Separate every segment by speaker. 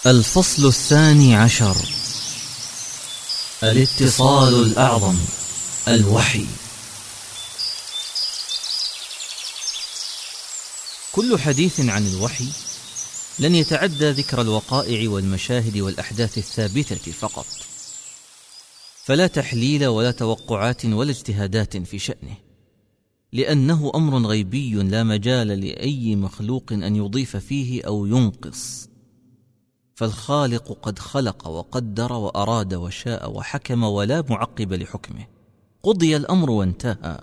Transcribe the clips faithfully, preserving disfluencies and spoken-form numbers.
Speaker 1: الفصل الثاني عشر: الاتصال الأعظم، الوحي. كل حديث عن الوحي لن يتعدى ذكر الوقائع والمشاهد والأحداث الثابتة فقط، فلا تحليل ولا توقعات ولا اجتهادات في شأنه، لأنه أمر غيبي لا مجال لأي مخلوق أن يضيف فيه أو ينقص، فالخالق قد خلق وقدر وأراد وشاء وحكم ولا معقب لحكمه، قضي الأمر وانتهى.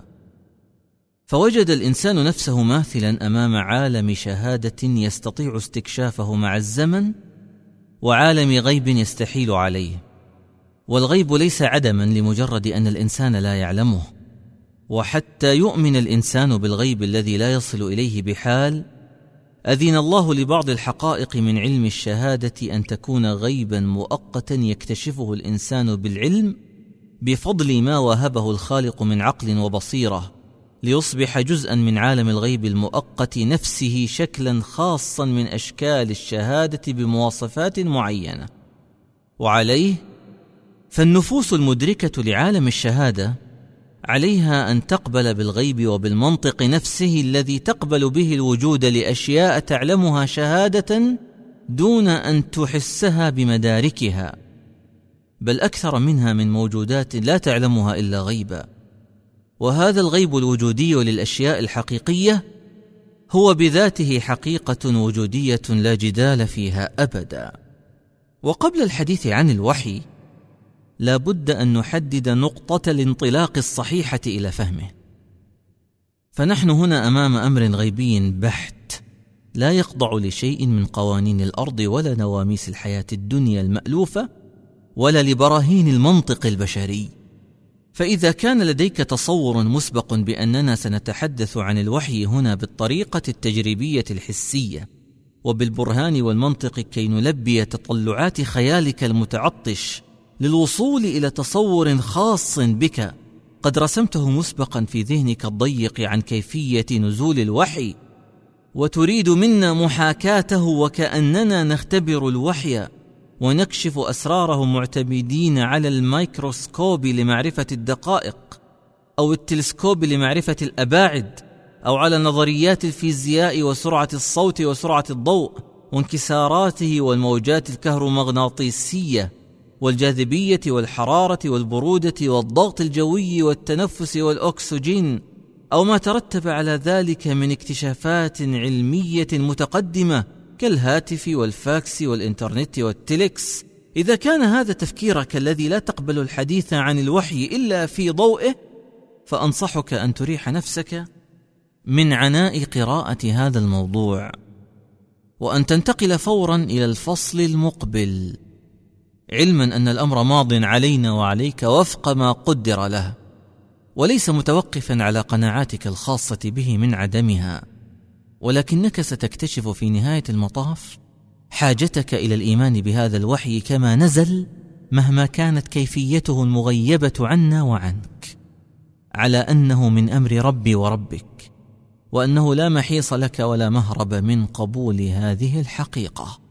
Speaker 1: فوجد الإنسان نفسه ماثلا أمام عالم شهادة يستطيع استكشافه مع الزمن، وعالم غيب يستحيل عليه. والغيب ليس عدما لمجرد أن الإنسان لا يعلمه، وحتى يؤمن الإنسان بالغيب الذي لا يصل إليه بحال، أذن الله لبعض الحقائق من علم الشهادة أن تكون غيبا مؤقتا يكتشفه الإنسان بالعلم بفضل ما وهبه الخالق من عقل وبصيرة، ليصبح جزءا من عالم الغيب المؤقت نفسه شكلا خاصا من أشكال الشهادة بمواصفات معينة. وعليه فالنفوس المدركة لعالم الشهادة عليها أن تقبل بالغيب وبالمنطق نفسه الذي تقبل به الوجود لأشياء تعلمها شهادة دون أن تحسها بمداركها، بل أكثر منها من موجودات لا تعلمها إلا غيبا. وهذا الغيب الوجودي للأشياء الحقيقية هو بذاته حقيقة وجودية لا جدال فيها أبدا. وقبل الحديث عن الوحي لا بد أن نحدد نقطة الانطلاق الصحيحة إلى فهمه، فنحن هنا أمام أمر غيبي بحت لا يخضع لشيء من قوانين الأرض ولا نواميس الحياة الدنيا المألوفة ولا لبراهين المنطق البشري. فإذا كان لديك تصور مسبق بأننا سنتحدث عن الوحي هنا بالطريقة التجريبية الحسية وبالبرهان والمنطق كي نلبي تطلعات خيالك المتعطش للوصول إلى تصور خاص بك قد رسمته مسبقا في ذهنك الضيق عن كيفية نزول الوحي، وتريد منا محاكاته وكأننا نختبر الوحي ونكشف أسراره معتمدين على الميكروسكوب لمعرفة الدقائق أو التلسكوب لمعرفة الأباعد، أو على نظريات الفيزياء وسرعة الصوت وسرعة الضوء وانكساراته والموجات الكهرومغناطيسية والجاذبية والحرارة والبرودة والضغط الجوي والتنفس والأكسجين، أو ما ترتب على ذلك من اكتشافات علمية متقدمة كالهاتف والفاكس والإنترنت والتليكس. إذا كان هذا تفكيرك الذي لا تقبل الحديث عن الوحي إلا في ضوئه، فأنصحك أن تريح نفسك من عناء قراءة هذا الموضوع، وأن تنتقل فورا إلى الفصل المقبل، علما أن الأمر ماض علينا وعليك وفق ما قدر له، وليس متوقفا على قناعاتك الخاصة به من عدمها، ولكنك ستكتشف في نهاية المطاف حاجتك إلى الإيمان بهذا الوحي كما نزل، مهما كانت كيفيته المغيبة عنا وعنك، على أنه من أمر ربي وربك، وأنه لا محيص لك ولا مهرب من قبول هذه الحقيقة.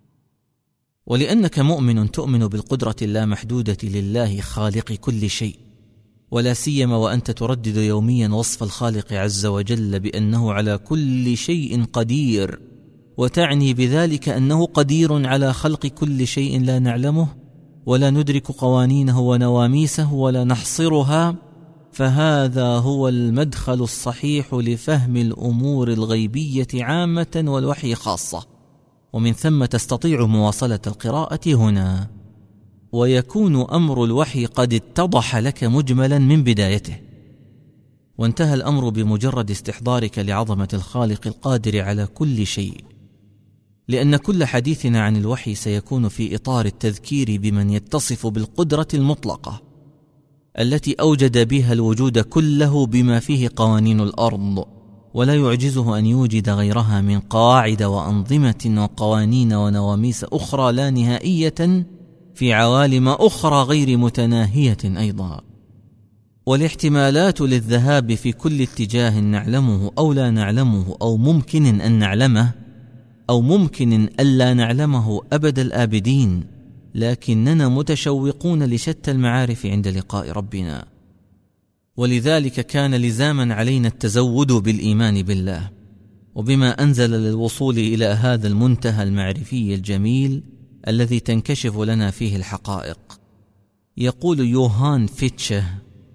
Speaker 1: ولأنك مؤمن تؤمن بالقدرة اللامحدودة لله خالق كل شيء، ولا سيما وأنت تردد يوميا وصف الخالق عز وجل بأنه على كل شيء قدير، وتعني بذلك أنه قدير على خلق كل شيء لا نعلمه ولا ندرك قوانينه ونواميسه ولا نحصرها، فهذا هو المدخل الصحيح لفهم الأمور الغيبية عامة والوحي خاصة. ومن ثم تستطيع مواصلة القراءة هنا، ويكون أمر الوحي قد اتضح لك مجملا من بدايته، وانتهى الأمر بمجرد استحضارك لعظمة الخالق القادر على كل شيء، لأن كل حديثنا عن الوحي سيكون في إطار التذكير بمن يتصف بالقدرة المطلقة التي أوجد بها الوجود كله بما فيه قوانين الأرض، ولا يعجزه أن يوجد غيرها من قواعد وأنظمة وقوانين ونواميس أخرى لا نهائية في عوالم أخرى غير متناهية أيضا. والاحتمالات للذهاب في كل اتجاه نعلمه أو لا نعلمه أو ممكن أن نعلمه أو ممكن ألا نعلمه أبد الآبدين، لكننا متشوقون لشتى المعارف عند لقاء ربنا. ولذلك كان لزاما علينا التزود بالإيمان بالله وبما أنزل للوصول إلى هذا المنتهى المعرفي الجميل الذي تنكشف لنا فيه الحقائق. يقول يوهان فيتشه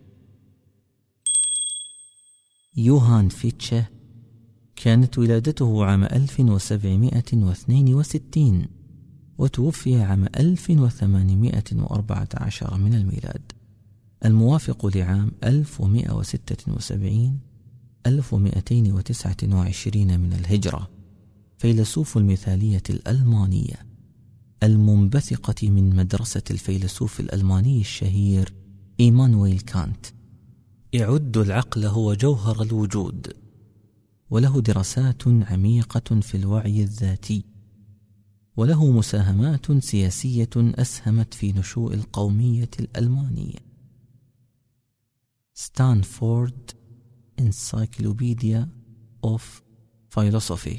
Speaker 1: يوهان فيتشه كانت ولادته عام ألف وسبعمائة واثنين وستين وتوفي عام ألف وثمانمائة وأربعة عشر من الميلاد، الموافق لعام ألف ومائة وستة وسبعين ألف ومائتين وتسعة وعشرين من الهجرة، فيلسوف المثالية الألمانية المنبثقة من مدرسة الفيلسوف الألماني الشهير إيمانويل كانت. يعد العقل هو جوهر الوجود، وله دراسات عميقة في الوعي الذاتي، وله مساهمات سياسية أسهمت في نشوء القومية الألمانية. ستانفورد Encyclopedia of Philosophy.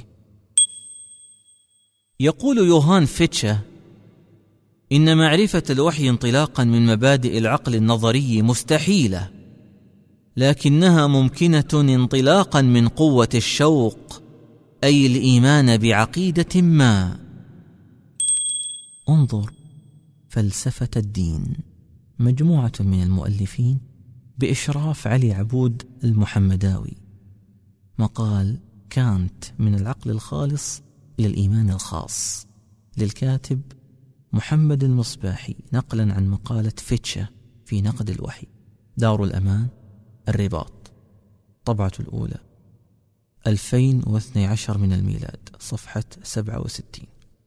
Speaker 1: يقول يوهان فيتشه: إن معرفة الوحي انطلاقا من مبادئ العقل النظري مستحيلة، لكنها ممكنة انطلاقا من قوة الشوق، أي الإيمان بعقيدة ما. انظر فلسفة الدين، مجموعة من المؤلفين بإشراف علي عبود المحمداوي. مقال كانت من العقل الخالص إلى الإيمان الخاص، للكاتب محمد المصباحي، نقلا عن مقالة فيتشه في نقد الوحي، دار الأمان، الرباط، طبعة الأولى، ألفين واثني عشر من الميلاد، صفحة سبعة وستين.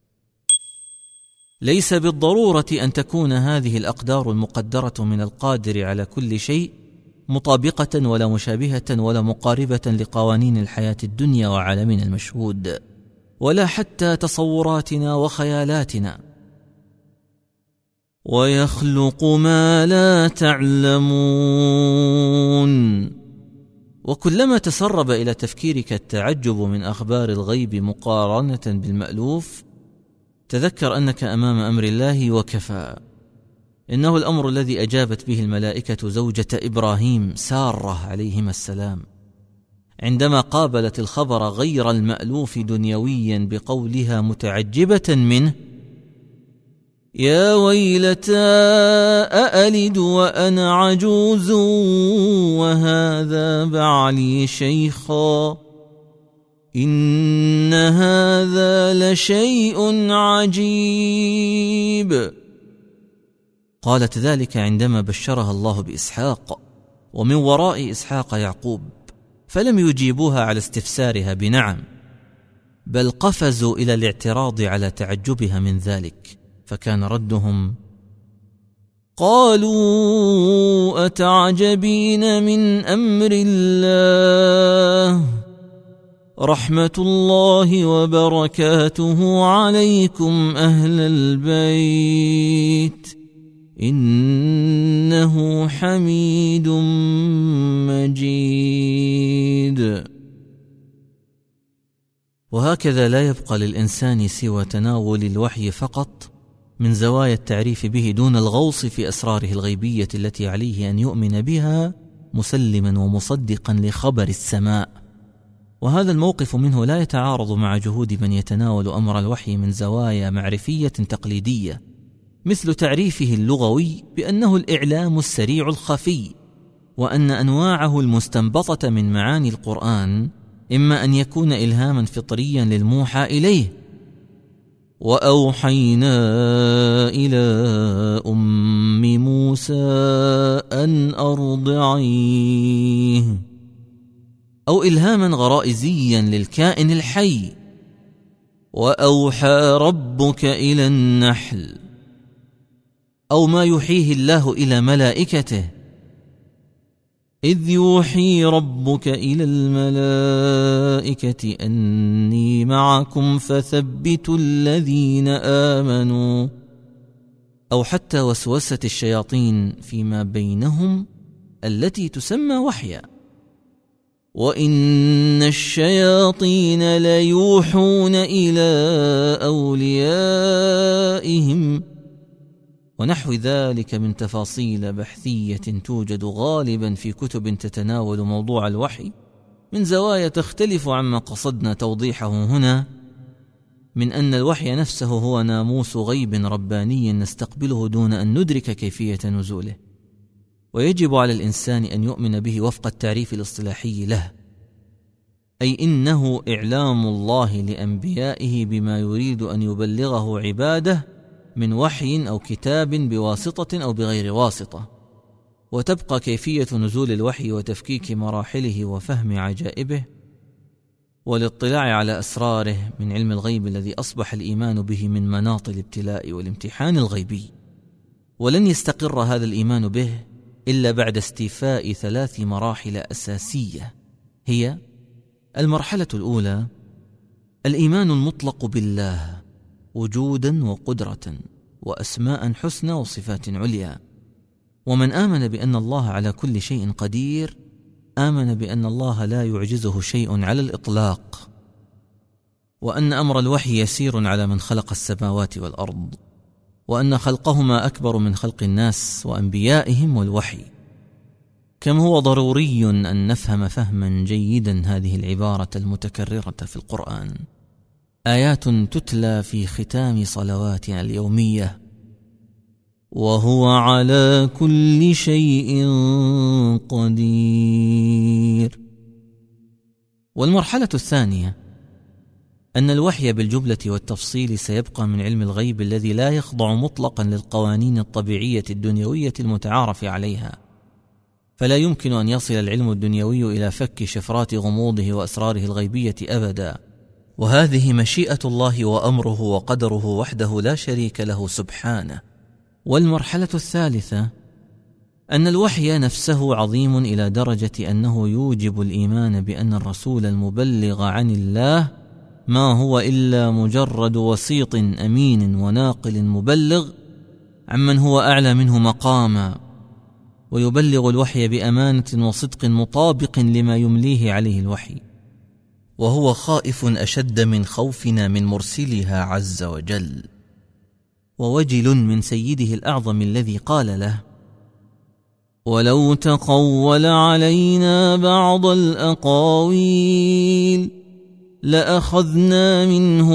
Speaker 1: ليس بالضرورة أن تكون هذه الأقدار المقدرة من القادر على كل شيء مطابقة ولا مشابهة ولا مقاربة لقوانين الحياة الدنيا وعالمنا المشهود، ولا حتى تصوراتنا وخيالاتنا. ويخلق ما لا تعلمون. وكلما تسرب إلى تفكيرك التعجب من أخبار الغيب مقارنة بالمألوف، تذكر أنك أمام أمر الله وكفى. إنه الأمر الذي أجابت به الملائكة زوجة إبراهيم سارة عليهما السلام عندما قابلت الخبر غير المألوف دنيويا بقولها متعجبة منه: يا ويلتى أألد وأنا عجوز وهذا بعلي شيخا إن هذا لشيء عجيب. قالت ذلك عندما بشرها الله بإسحاق، ومن وراء إسحاق يعقوب، فلم يجيبوها على استفسارها بنعم، بل قفزوا إلى الاعتراض على تعجبها من ذلك، فكان ردهم: قالوا أتعجبين من أمر الله رحمة الله وبركاته عليكم أهل البيت إنه حميد مجيد. وهكذا لا يبقى للإنسان سوى تناول الوحي فقط من زوايا التعريف به دون الغوص في أسراره الغيبية التي عليه أن يؤمن بها مسلما ومصدقا لخبر السماء. وهذا الموقف منه لا يتعارض مع جهود من يتناول أمر الوحي من زوايا معرفية تقليدية، مثل تعريفه اللغوي بأنه الإعلام السريع الخفي، وأن أنواعه المستنبطة من معاني القرآن إما أن يكون إلهاما فطريا للموحى إليه: وأوحينا إلى أم موسى أن أرضعيه، أو إلهاما غرائزيا للكائن الحي: وأوحى ربك إلى النحل، أو ما يوحيه الله إلى ملائكته: إذ يوحي ربك إلى الملائكة أني معكم فثبتوا الذين آمنوا، أو حتى وسوسة الشياطين فيما بينهم التي تسمى وحيا. وإن الشياطين ليوحون إلى أوليائهم ونحو ذلك من تفاصيل بحثية توجد غالبا في كتب تتناول موضوع الوحي من زوايا تختلف عما قصدنا توضيحه هنا، من أن الوحي نفسه هو ناموس غيب رباني نستقبله دون أن ندرك كيفية نزوله، ويجب على الإنسان أن يؤمن به وفق التعريف الاصطلاحي له، أي إنه إعلام الله لأنبيائه بما يريد أن يبلغه عباده من وحي أو كتاب بواسطة أو بغير واسطة. وتبقى كيفية نزول الوحي وتفكيك مراحله وفهم عجائبه والاطلاع على أسراره من علم الغيب الذي أصبح الإيمان به من مناط الابتلاء والامتحان الغيبي. ولن يستقر هذا الإيمان به إلا بعد استيفاء ثلاث مراحل أساسية، هي: المرحلة الأولى الإيمان المطلق بالله وجودا وقدرة وأسماء حسنى وصفات عليا. ومن آمن بأن الله على كل شيء قدير آمن بأن الله لا يعجزه شيء على الإطلاق، وأن أمر الوحي يسير على من خلق السماوات والأرض، وأن خلقهما أكبر من خلق الناس وأنبيائهم والوحي. كم هو ضروري أن نفهم فهما جيدا هذه العبارة المتكررة في القرآن، آيات تتلى في ختام صلواتنا اليومية: وهو على كل شيء قدير. والمرحلة الثانية أن الوحي بالجملة والتفصيل سيبقى من علم الغيب الذي لا يخضع مطلقا للقوانين الطبيعية الدنيوية المتعارف عليها، فلا يمكن أن يصل العلم الدنيوي إلى فك شفرات غموضه وأسراره الغيبية أبدا، وهذه مشيئة الله وأمره وقدره وحده لا شريك له سبحانه. والمرحلة الثالثة أن الوحي نفسه عظيم إلى درجة أنه يوجب الإيمان بأن الرسول المبلغ عن الله ما هو إلا مجرد وسيط أمين وناقل مبلغ عمن هو أعلى منه مقاما، ويبلغ الوحي بأمانة وصدق مطابق لما يمليه عليه الوحي، وهو خائف أشد من خوفنا من مرسلها عز وجل، ووجل من سيده الأعظم الذي قال له: ولو تقول علينا بعض الأقاويل لأخذنا منه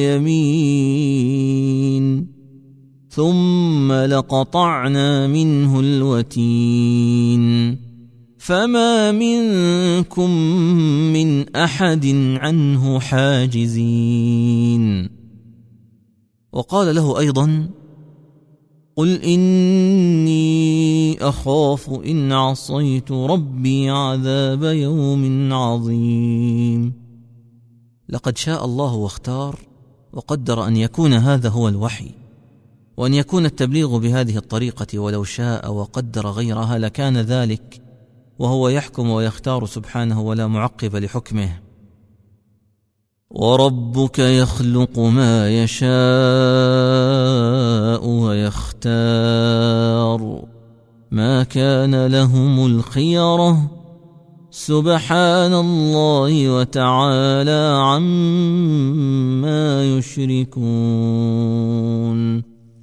Speaker 1: باليمين ثم لقطعنا منه الوتين فما منكم من أحد عنه حاجزين. وقال له أيضا: قل إني أخاف إن عصيت ربي عذاب يوم عظيم. لقد شاء الله واختار وقدر أن يكون هذا هو الوحي، وأن يكون التبليغ بهذه الطريقة، ولو شاء وقدر غيرها لكان ذلك، وهو يحكم ويختار سبحانه ولا معقب لحكمه. وربك يخلق ما يشاء ويختار ما كان لهم الخيرة سبحان الله وتعالى عما يشركون.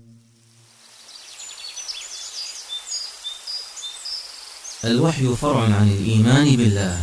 Speaker 1: الوحي فرع عن الإيمان بالله.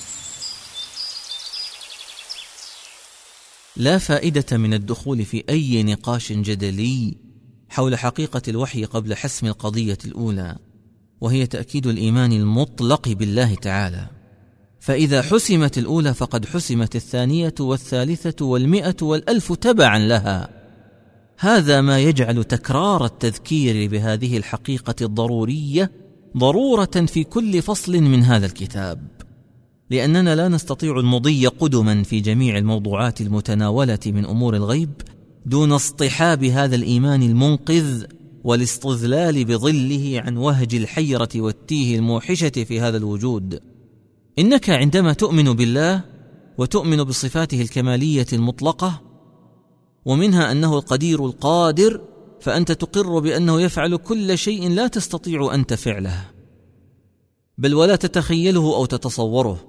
Speaker 1: لا فائدة من الدخول في أي نقاش جدلي حول حقيقة الوحي قبل حسم القضية الأولى، وهي تأكيد الإيمان المطلق بالله تعالى. فإذا حسمت الأولى فقد حسمت الثانية والثالثة والمئة والألف تبعا لها. هذا ما يجعل تكرار التذكير بهذه الحقيقة الضرورية ضرورة في كل فصل من هذا الكتاب، لأننا لا نستطيع المضي قدما في جميع الموضوعات المتناولة من أمور الغيب دون اصطحاب هذا الإيمان المنقذ والاستظلال بظله عن وهج الحيرة والتيه الموحشة في هذا الوجود. إنك عندما تؤمن بالله وتؤمن بصفاته الكمالية المطلقة، ومنها أنه القدير القادر، فأنت تقر بأنه يفعل كل شيء لا تستطيع أنت فعله، بل ولا تتخيله أو تتصوره،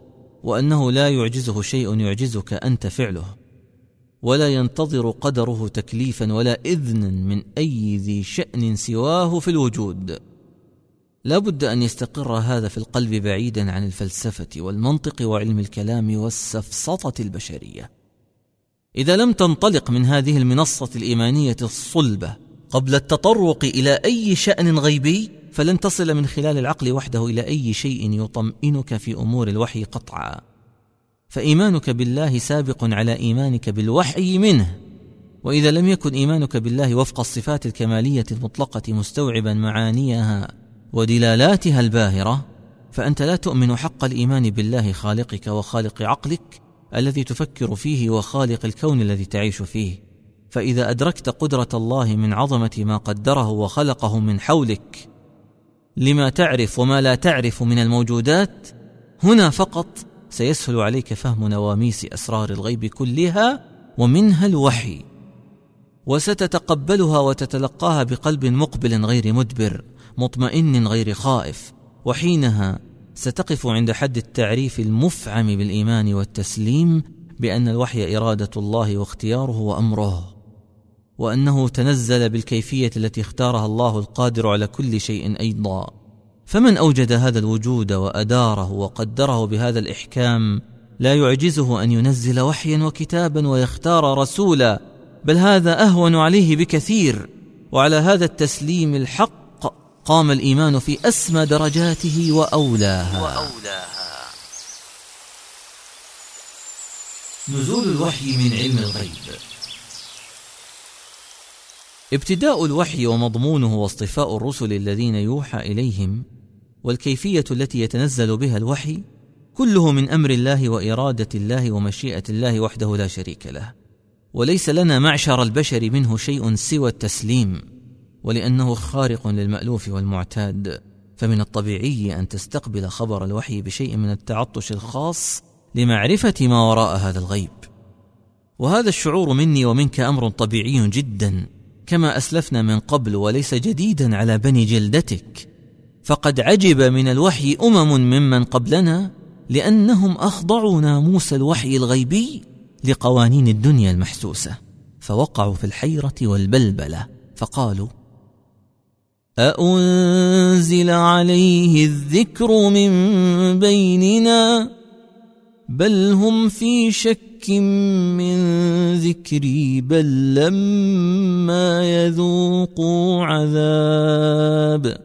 Speaker 1: وأنه لا يعجزه شيء يعجزك أنت فعله، ولا ينتظر قدره تكليفا ولا إذنا من أي ذي شأن سواه في الوجود. لا بد أن يستقر هذا في القلب بعيدا عن الفلسفة والمنطق وعلم الكلام والسفسطة البشرية. إذا لم تنطلق من هذه المنصة الإيمانية الصلبة قبل التطرق إلى أي شأن غيبي، فلن تصل من خلال العقل وحده إلى أي شيء يطمئنك في أمور الوحي قطعا، فإيمانك بالله سابق على إيمانك بالوحي منه. وإذا لم يكن إيمانك بالله وفق الصفات الكمالية المطلقة مستوعبا معانيها ودلالاتها الباهرة، فأنت لا تؤمن حق الإيمان بالله خالقك وخالق عقلك الذي تفكر فيه وخالق الكون الذي تعيش فيه. فإذا أدركت قدرة الله من عظمة ما قدره وخلقه من حولك لما تعرف وما لا تعرف من الموجودات، هنا فقط سيسهل عليك فهم نواميس أسرار الغيب كلها ومنها الوحي، وستتقبلها وتتلقاها بقلب مقبل غير مدبر مطمئن غير خائف. وحينها ستقف عند حد التعريف المفعم بالإيمان والتسليم بأن الوحي إرادة الله واختياره وأمره، وأنه تنزل بالكيفية التي اختارها الله القادر على كل شيء أيضا. فمن أوجد هذا الوجود وأداره وقدره بهذا الإحكام لا يعجزه أن ينزل وحيا وكتابا ويختار رسولا، بل هذا أهون عليه بكثير. وعلى هذا التسليم الحق قام الإيمان في أسمى درجاته وأولاها, وأولاها. نزول الوحي من علم الغيب. ابتداء الوحي ومضمونه واصطفاء الرسل الذين يوحى إليهم والكيفية التي يتنزل بها الوحي كله من أمر الله وإرادة الله ومشيئة الله وحده لا شريك له، وليس لنا معشر البشر منه شيء سوى التسليم، ولأنه خارق للمألوف والمعتاد، فمن الطبيعي أن تستقبل خبر الوحي بشيء من التعطش الخاص لمعرفة ما وراء هذا الغيب. وهذا الشعور مني ومنك أمر طبيعي جدا كما أسلفنا من قبل، وليس جديدا على بني جلدتك، فقد عجب من الوحي أمم ممن قبلنا لأنهم أخضعوا ناموس الوحي الغيبي لقوانين الدنيا المحسوسة، فوقعوا في الحيرة والبلبلة فقالوا: أأنزل عليه الذكر من بيننا بل هم في شك من ذكري بل لما يذوقوا عذاب.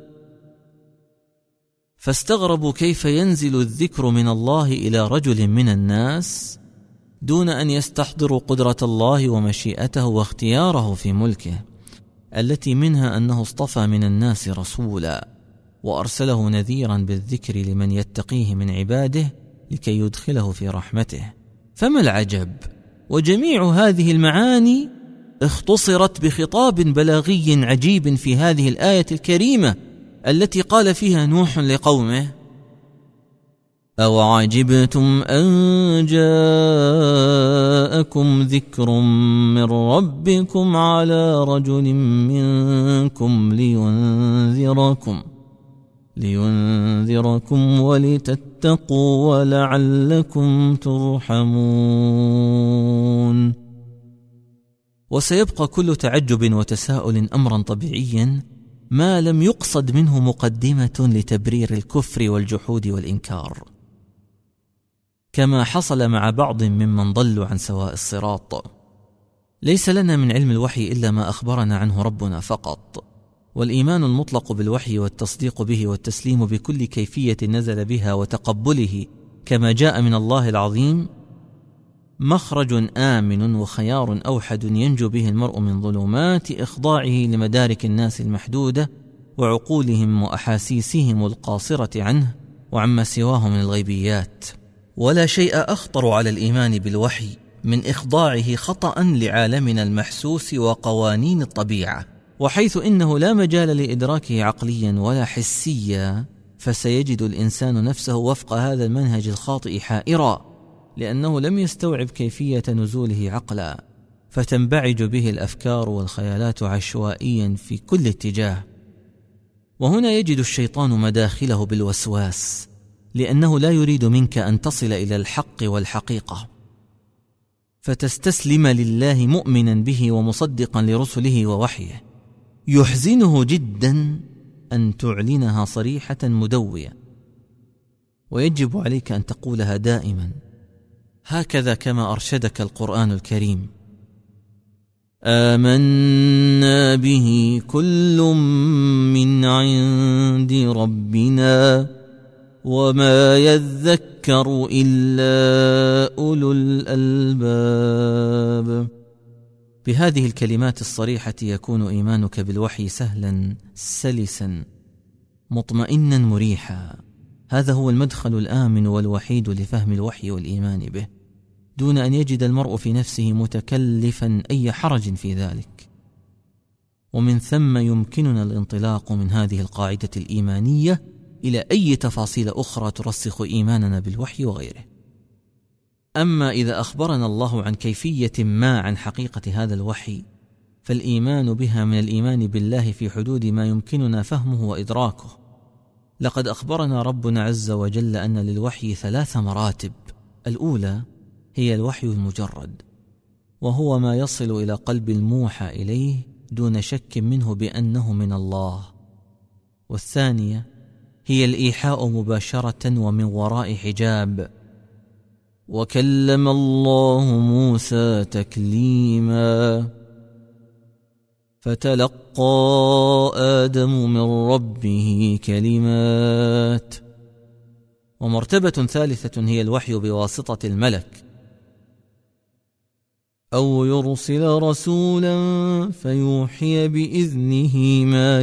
Speaker 1: فاستغربوا كيف ينزل الذكر من الله إلى رجل من الناس دون أن يستحضروا قدرة الله ومشيئته واختياره في ملكه، التي منها أنه اصطفى من الناس رسولا وأرسله نذيرا بالذكر لمن يتقيه من عباده لكي يدخله في رحمته. فما العجب؟ وجميع هذه المعاني اختصرت بخطاب بلاغي عجيب في هذه الآية الكريمة التي قال فيها نوح لقومه: أو عجبتم أن جاءكم ذكر من ربكم على رجل منكم لينذركم لينذركم ولتتقوا ولعلكم ترحمون. وسيبقى كل تعجب وتساؤل أمرا طبيعيا ما لم يقصد منه مقدمة لتبرير الكفر والجحود والإنكار، كما حصل مع بعض ممن ضلوا عن سواء الصراط. ليس لنا من علم الوحي إلا ما أخبرنا عنه ربنا فقط، والإيمان المطلق بالوحي والتصديق به والتسليم بكل كيفية نزل بها وتقبله كما جاء من الله العظيم مخرج آمن وخيار أوحد ينجو به المرء من ظلمات إخضاعه لمدارك الناس المحدودة وعقولهم وأحاسيسهم القاصرة عنه وعما سواه من الغيبيات. ولا شيء أخطر على الإيمان بالوحي من إخضاعه خطأ لعالمنا المحسوس وقوانين الطبيعة، وحيث إنه لا مجال لإدراكه عقليا ولا حسيا، فسيجد الإنسان نفسه وفق هذا المنهج الخاطئ حائرا، لأنه لم يستوعب كيفية نزوله عقلا، فتنبعج به الأفكار والخيالات عشوائيا في كل اتجاه. وهنا يجد الشيطان مداخله بالوسواس لأنه لا يريد منك أن تصل إلى الحق والحقيقة، فتستسلم لله مؤمنا به ومصدقا لرسله ووحيه. يحزنه جدا أن تعلنها صريحة مدوية، ويجب عليك أن تقولها دائما هكذا كما أرشدك القرآن الكريم: آمنا به كل من عند ربنا وما يذكر إلا أولو الألباب. بهذه الكلمات الصريحة يكون إيمانك بالوحي سهلا سلسا مطمئنا مريحا. هذا هو المدخل الآمن والوحيد لفهم الوحي والإيمان به، دون أن يجد المرء في نفسه متكلفا أي حرج في ذلك. ومن ثم يمكننا الانطلاق من هذه القاعدة الإيمانية إلى أي تفاصيل أخرى ترسخ إيماننا بالوحي وغيره. أما إذا أخبرنا الله عن كيفية ما عن حقيقة هذا الوحي، فالإيمان بها من الإيمان بالله في حدود ما يمكننا فهمه وإدراكه. لقد أخبرنا ربنا عز وجل أن للوحي ثلاث مراتب. الأولى هي الوحي المجرد، وهو ما يصل إلى قلب الموحى إليه دون شك منه بأنه من الله. والثانية هي الإيحاء مباشرة ومن وراء حجاب، وكلم الله موسى تكليما، فتلقى آدم من ربه كلمات. ومرتبة ثالثة هي الوحي بواسطة الملك، أو يرسل رسولا فيوحي بإذنه ما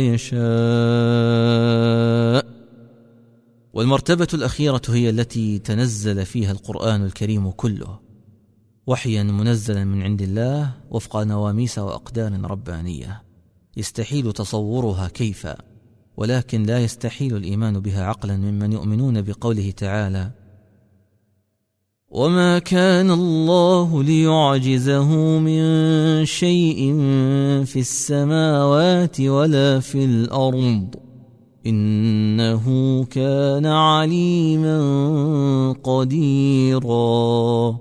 Speaker 1: يشاء. والمرتبة الأخيرة هي التي تنزل فيها القرآن الكريم كله، وحيا منزلا من عند الله وفق نواميس وأقدار ربانية يستحيل تصورها كيف، ولكن لا يستحيل الإيمان بها عقلا ممن يؤمنون بقوله تعالى: وما كان الله ليعجزه من شيء في السماوات ولا في الأرض إنه كان عليما قديرا.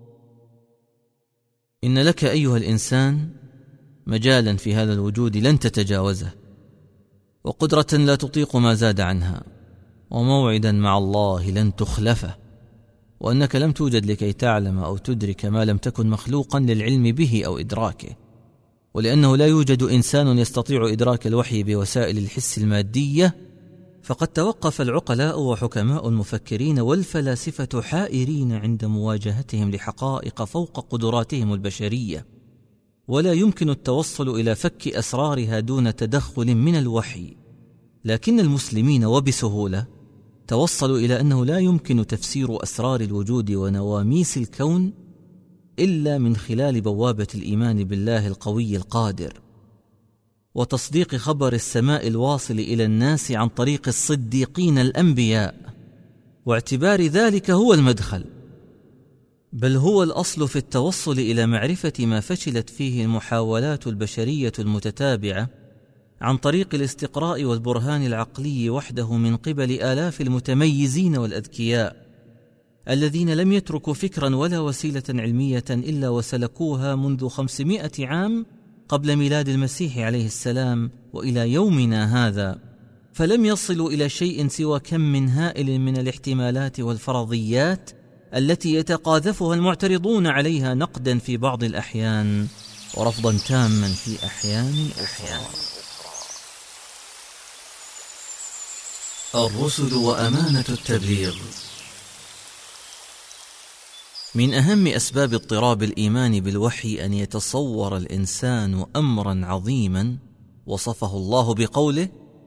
Speaker 1: إن لك أيها الإنسان مجالا في هذا الوجود لن تتجاوزه، وقدرة لا تطيق ما زاد عنها، وموعدا مع الله لن تخلفه، وأنك لم توجد لكي تعلم أو تدرك ما لم تكن مخلوقا للعلم به أو إدراكه. ولأنه لا يوجد إنسان يستطيع إدراك الوحي بوسائل الحس المادية، فقد توقف العقلاء وحكماء المفكرين والفلاسفة حائرين عند مواجهتهم لحقائق فوق قدراتهم البشرية، ولا يمكن التوصل إلى فك أسرارها دون تدخل من الوحي. لكن المسلمين وبسهولة توصلوا إلى أنه لا يمكن تفسير أسرار الوجود ونواميس الكون إلا من خلال بوابة الإيمان بالله القوي القادر، وتصديق خبر السماء الواصل إلى الناس عن طريق الصديقين الأنبياء، واعتبار ذلك هو المدخل، بل هو الأصل في التوصل إلى معرفة ما فشلت فيه المحاولات البشرية المتتابعة عن طريق الاستقراء والبرهان العقلي وحده من قبل آلاف المتميزين والأذكياء الذين لم يتركوا فكرا ولا وسيلة علمية إلا وسلكوها منذ خمسمائة عام قبل ميلاد المسيح عليه السلام وإلى يومنا هذا، فلم يصلوا إلى شيء سوى كم من هائل من الاحتمالات والفرضيات التي يتقاذفها المعترضون عليها نقدا في بعض الأحيان ورفضا تاما في أحيان أخرى. الرسل وأمانة التبليغ. من أهم أسباب اضطراب الإيمان بالوحي أن يتصور الإنسان أمرا عظيما وصفه الله بقوله: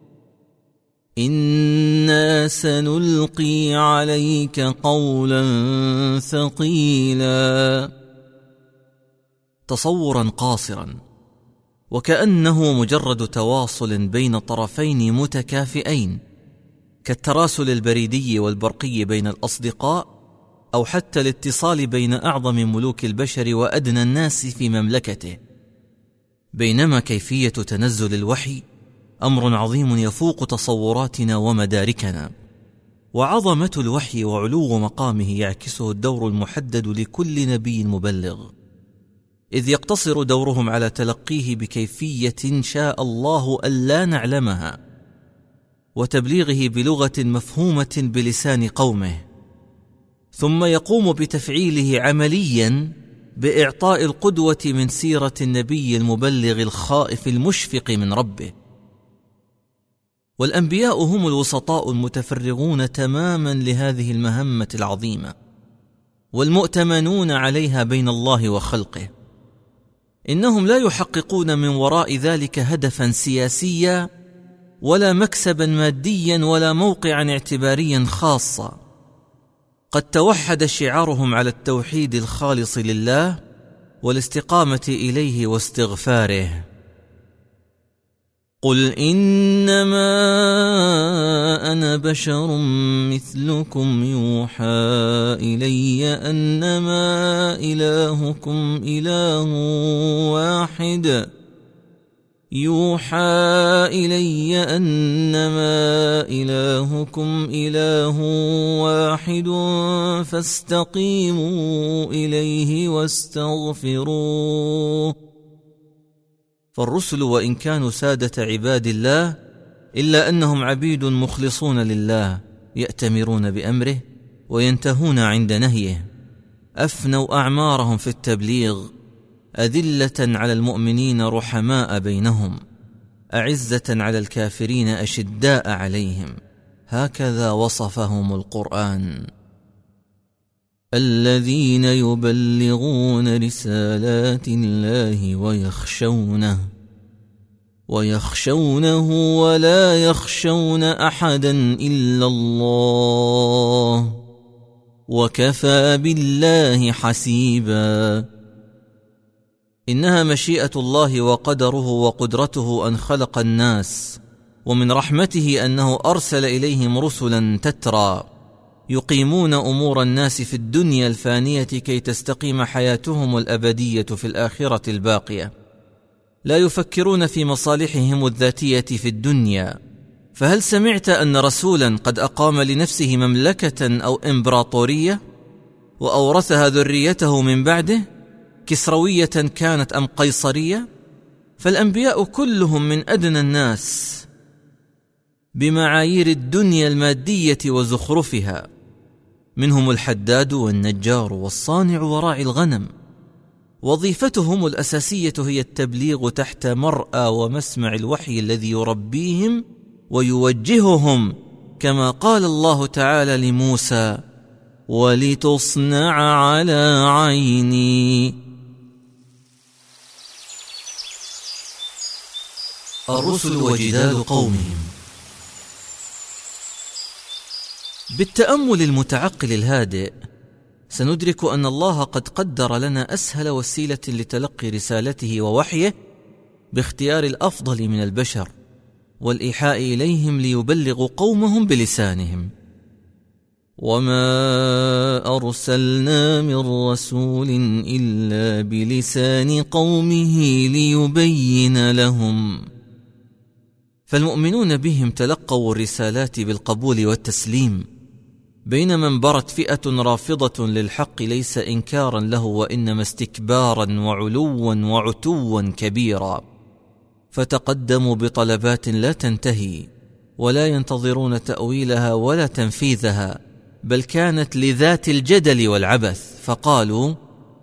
Speaker 1: إنا سنلقي عليك قولا ثقيلا، تصورا قاصرا وكأنه مجرد تواصل بين طرفين متكافئين كالتراسل البريدي والبرقي بين الأصدقاء، أو حتى الاتصال بين أعظم ملوك البشر وأدنى الناس في مملكته. بينما كيفية تنزل الوحي أمر عظيم يفوق تصوراتنا ومداركنا، وعظمة الوحي وعلو مقامه يعكسه الدور المحدد لكل نبي مبلغ، إذ يقتصر دورهم على تلقيه بكيفية شاء الله ألا نعلمها، وتبليغه بلغة مفهومة بلسان قومه، ثم يقوم بتفعيله عمليا بإعطاء القدوة من سيرة النبي المبلغ الخائف المشفق من ربه. والأنبياء هم الوسطاء المتفرغون تماما لهذه المهمة العظيمة، والمؤتمنون عليها بين الله وخلقه. إنهم لا يحققون من وراء ذلك هدفا سياسيا ولا مكسبا ماديا ولا موقعا اعتباريا خاصا. قد توحد شعارهم على التوحيد الخالص لله والاستقامة إليه واستغفاره. قل إنما أنا بشر مثلكم يوحى إلي أنما إلهكم إله واحد يوحى إلي أنما إلهكم إله واحد فاستقيموا إليه واستغفروه. فالرسل وإن كانوا سادة عباد الله إلا أنهم عبيد مخلصون لله، يأتمرون بأمره وينتهون عند نهيه، أفنوا أعمارهم في التبليغ، أذلة على المؤمنين رحماء بينهم، أعزة على الكافرين أشداء عليهم. هكذا وصفهم القرآن: الذين يبلغون رسالات الله ويخشونه ويخشونه ولا يخشون أحدا إلا الله وكفى بالله حسيبا. إنها مشيئة الله وقدره وقدرته أن خلق الناس، ومن رحمته أنه أرسل إليهم رسلا تترى يقيمون أمور الناس في الدنيا الفانية كي تستقيم حياتهم الأبدية في الآخرة الباقية. لا يفكرون في مصالحهم الذاتية في الدنيا. فهل سمعت أن رسولا قد أقام لنفسه مملكة أو إمبراطورية وأورثها ذريته من بعده، كسروية كانت أم قيصرية؟ فالأنبياء كلهم من أدنى الناس بمعايير الدنيا المادية وزخرفها، منهم الحداد والنجار والصانع وراعي الغنم. وظيفتهم الأساسية هي التبليغ تحت مرأى ومسمع الوحي الذي يربيهم ويوجههم، كما قال الله تعالى لموسى: ولتصنع على عيني. الرسل وجدال قومهم. بالتأمل المتعقل الهادئ سندرك أن الله قد قدر لنا أسهل وسيلة لتلقي رسالته ووحيه باختيار الأفضل من البشر والإيحاء إليهم ليبلغوا قومهم بلسانهم. وما أرسلنا من رسول إلا بلسان قومه ليبين لهم. فالمؤمنون بهم تلقوا الرسالات بالقبول والتسليم، بينما انبرت فئة رافضة للحق ليس إنكارا له وإنما استكبارا وعلوا وعتوا كبيرا، فتقدموا بطلبات لا تنتهي ولا ينتظرون تأويلها ولا تنفيذها، بل كانت لذات الجدل والعبث، فقالوا: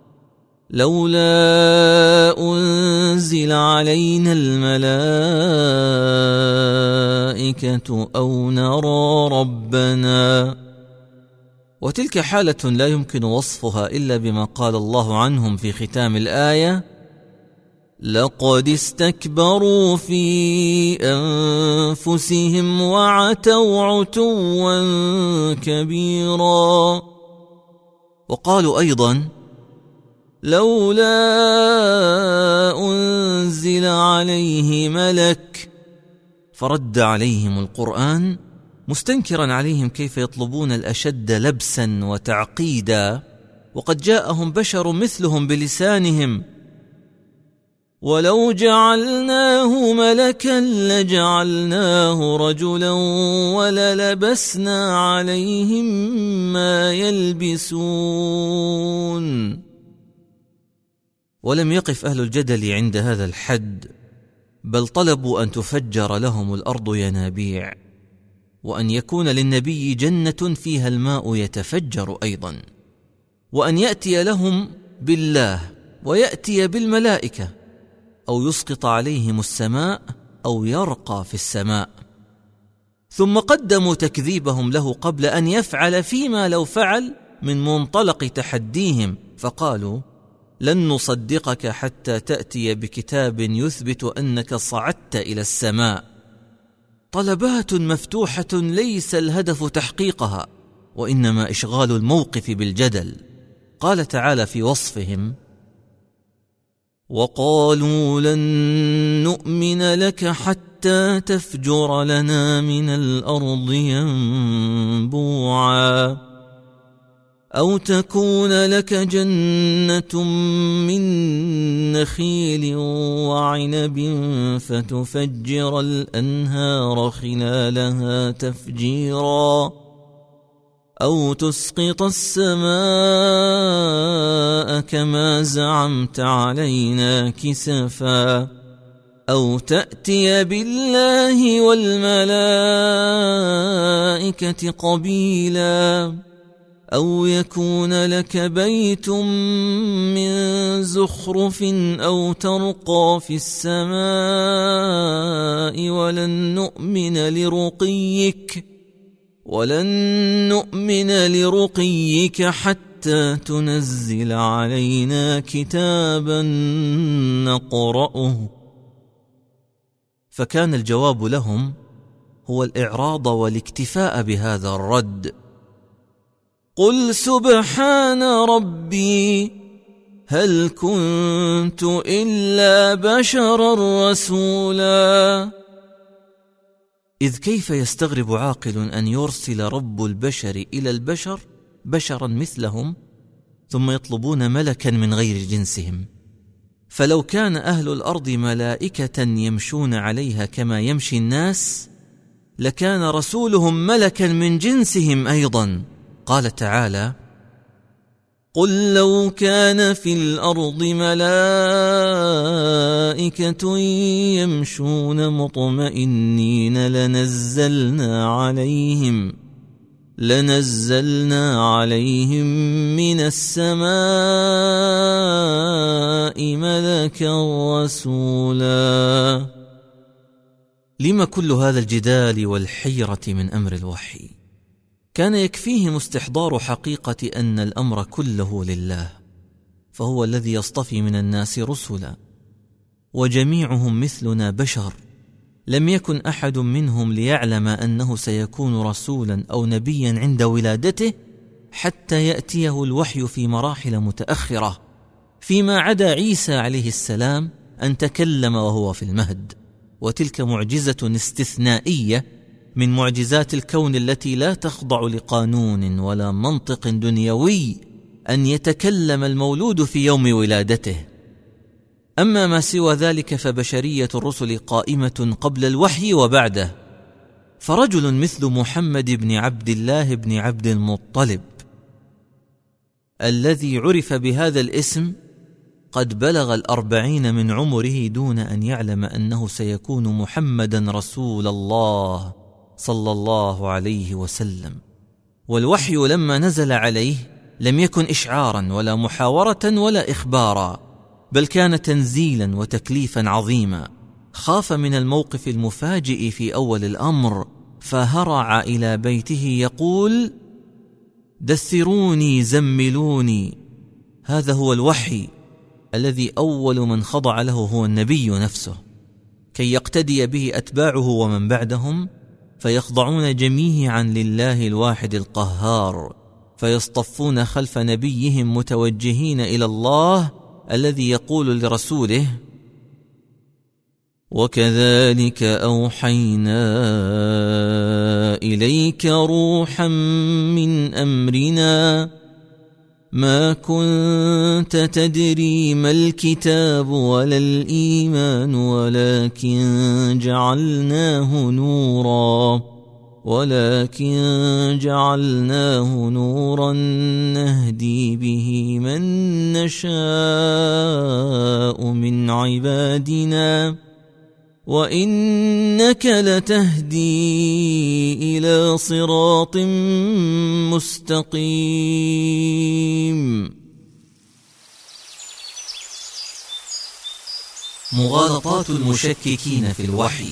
Speaker 1: لولا أنزل علينا الملائكة أو نرى ربنا. وتلك حالة لا يمكن وصفها إلا بما قال الله عنهم في ختام الآية: لقد استكبروا في أنفسهم وعتوا عتوا كبيرا. وقالوا أيضا: لولا أنزل عليه ملك. فرد عليهم القرآن مستنكرا عليهم كيف يطلبون الأشد لبسا وتعقيدا وقد جاءهم بشر مثلهم بلسانهم. ولو جعلناه ملكا لجعلناه رجلا وللبسنا عليهم ما يلبسون. ولم يقف أهل الجدل عند هذا الحد، بل طلبوا أن تفجر لهم الأرض ينابيع، وأن يكون للنبي جنة فيها الماء يتفجر أيضا، وأن يأتي لهم بالله ويأتي بالملائكة، أو يسقط عليهم السماء أو يرقى في السماء. ثم قدموا تكذيبهم له قبل أن يفعل فيما لو فعل من منطلق تحديهم، فقالوا: لن نصدقك حتى تأتي بكتاب يثبت أنك صعدت إلى السماء. طلبات مفتوحة ليس الهدف تحقيقها، وإنما إشغال الموقف بالجدل. قال تعالى في وصفهم: وقالوا لن نؤمن لك حتى تفجر لنا من الأرض ينبوعا، أو تكون لك جنة من نخيل وعنب فتفجر الأنهار خلالها تفجيرا، أو تسقط السماء كما زعمت علينا كسفا، أو تأتي بالله والملائكة قبيلا، أو يكون لك بيت من زخرف أو ترقى في السماء ولن نؤمن لرقيك ولن نؤمن لرقيك حتى تنزل علينا كتابا نقرأه. فكان الجواب لهم هو الإعراض والاكتفاء بهذا الرد. قل سبحان ربي هل كنت إلا بشرا رسولا. إذ كيف يستغرب عاقل أن يرسل رب البشر إلى البشر بشرا مثلهم ثم يطلبون ملكا من غير جنسهم؟ فلو كان أهل الأرض ملائكة يمشون عليها كما يمشي الناس لكان رسولهم ملكا من جنسهم أيضا. قال تعالى: قل لو كان في الأرض ملائكة يمشون مطمئنين لنزلنا عليهم لنزلنا عليهم من السماء ملكا رسولا. لما كل هذا الجدال والحيرة من أمر الوحي؟ كان يكفيهم استحضار حقيقة أن الأمر كله لله، فهو الذي يصطفي من الناس رسلا، وجميعهم مثلنا بشر، لم يكن أحد منهم ليعلم أنه سيكون رسولا أو نبيا عند ولادته حتى يأتيه الوحي في مراحل متأخرة، فيما عدا عيسى عليه السلام أن تكلم وهو في المهد، وتلك معجزة استثنائية من معجزات الكون التي لا تخضع لقانون ولا منطق دنيوي أن يتكلم المولود في يوم ولادته. أما ما سوى ذلك فبشرية الرسل قائمة قبل الوحي وبعده. فرجل مثل محمد بن عبد الله بن عبد المطلب الذي عرف بهذا الاسم قد بلغ الأربعين من عمره دون أن يعلم أنه سيكون محمدا رسول الله صلى الله عليه وسلم. والوحي لما نزل عليه لم يكن إشعارا ولا محاورة ولا إخبارا، بل كان تنزيلا وتكليفا عظيما. خاف من الموقف المفاجئ في أول الأمر فهرع إلى بيته يقول: دثروني زملوني. هذا هو الوحي الذي أول من خضع له هو النبي نفسه، كي يقتدي به أتباعه ومن بعدهم، فيخضعون جميعا لله الواحد القهار، فيصطفون خلف نبيهم متوجهين إلى الله الذي يقول لرسوله: وكذلك أوحينا إليك روحا من أمرنا ما كنت تدري ما الكتاب ولا الإيمان ولكن جعلناه نورا ولكن جعلناه نورا نهدي به من نشاء من عبادنا وإنك لتهدي إلى صراط مستقيم. مغالطات المشككين في الوحي.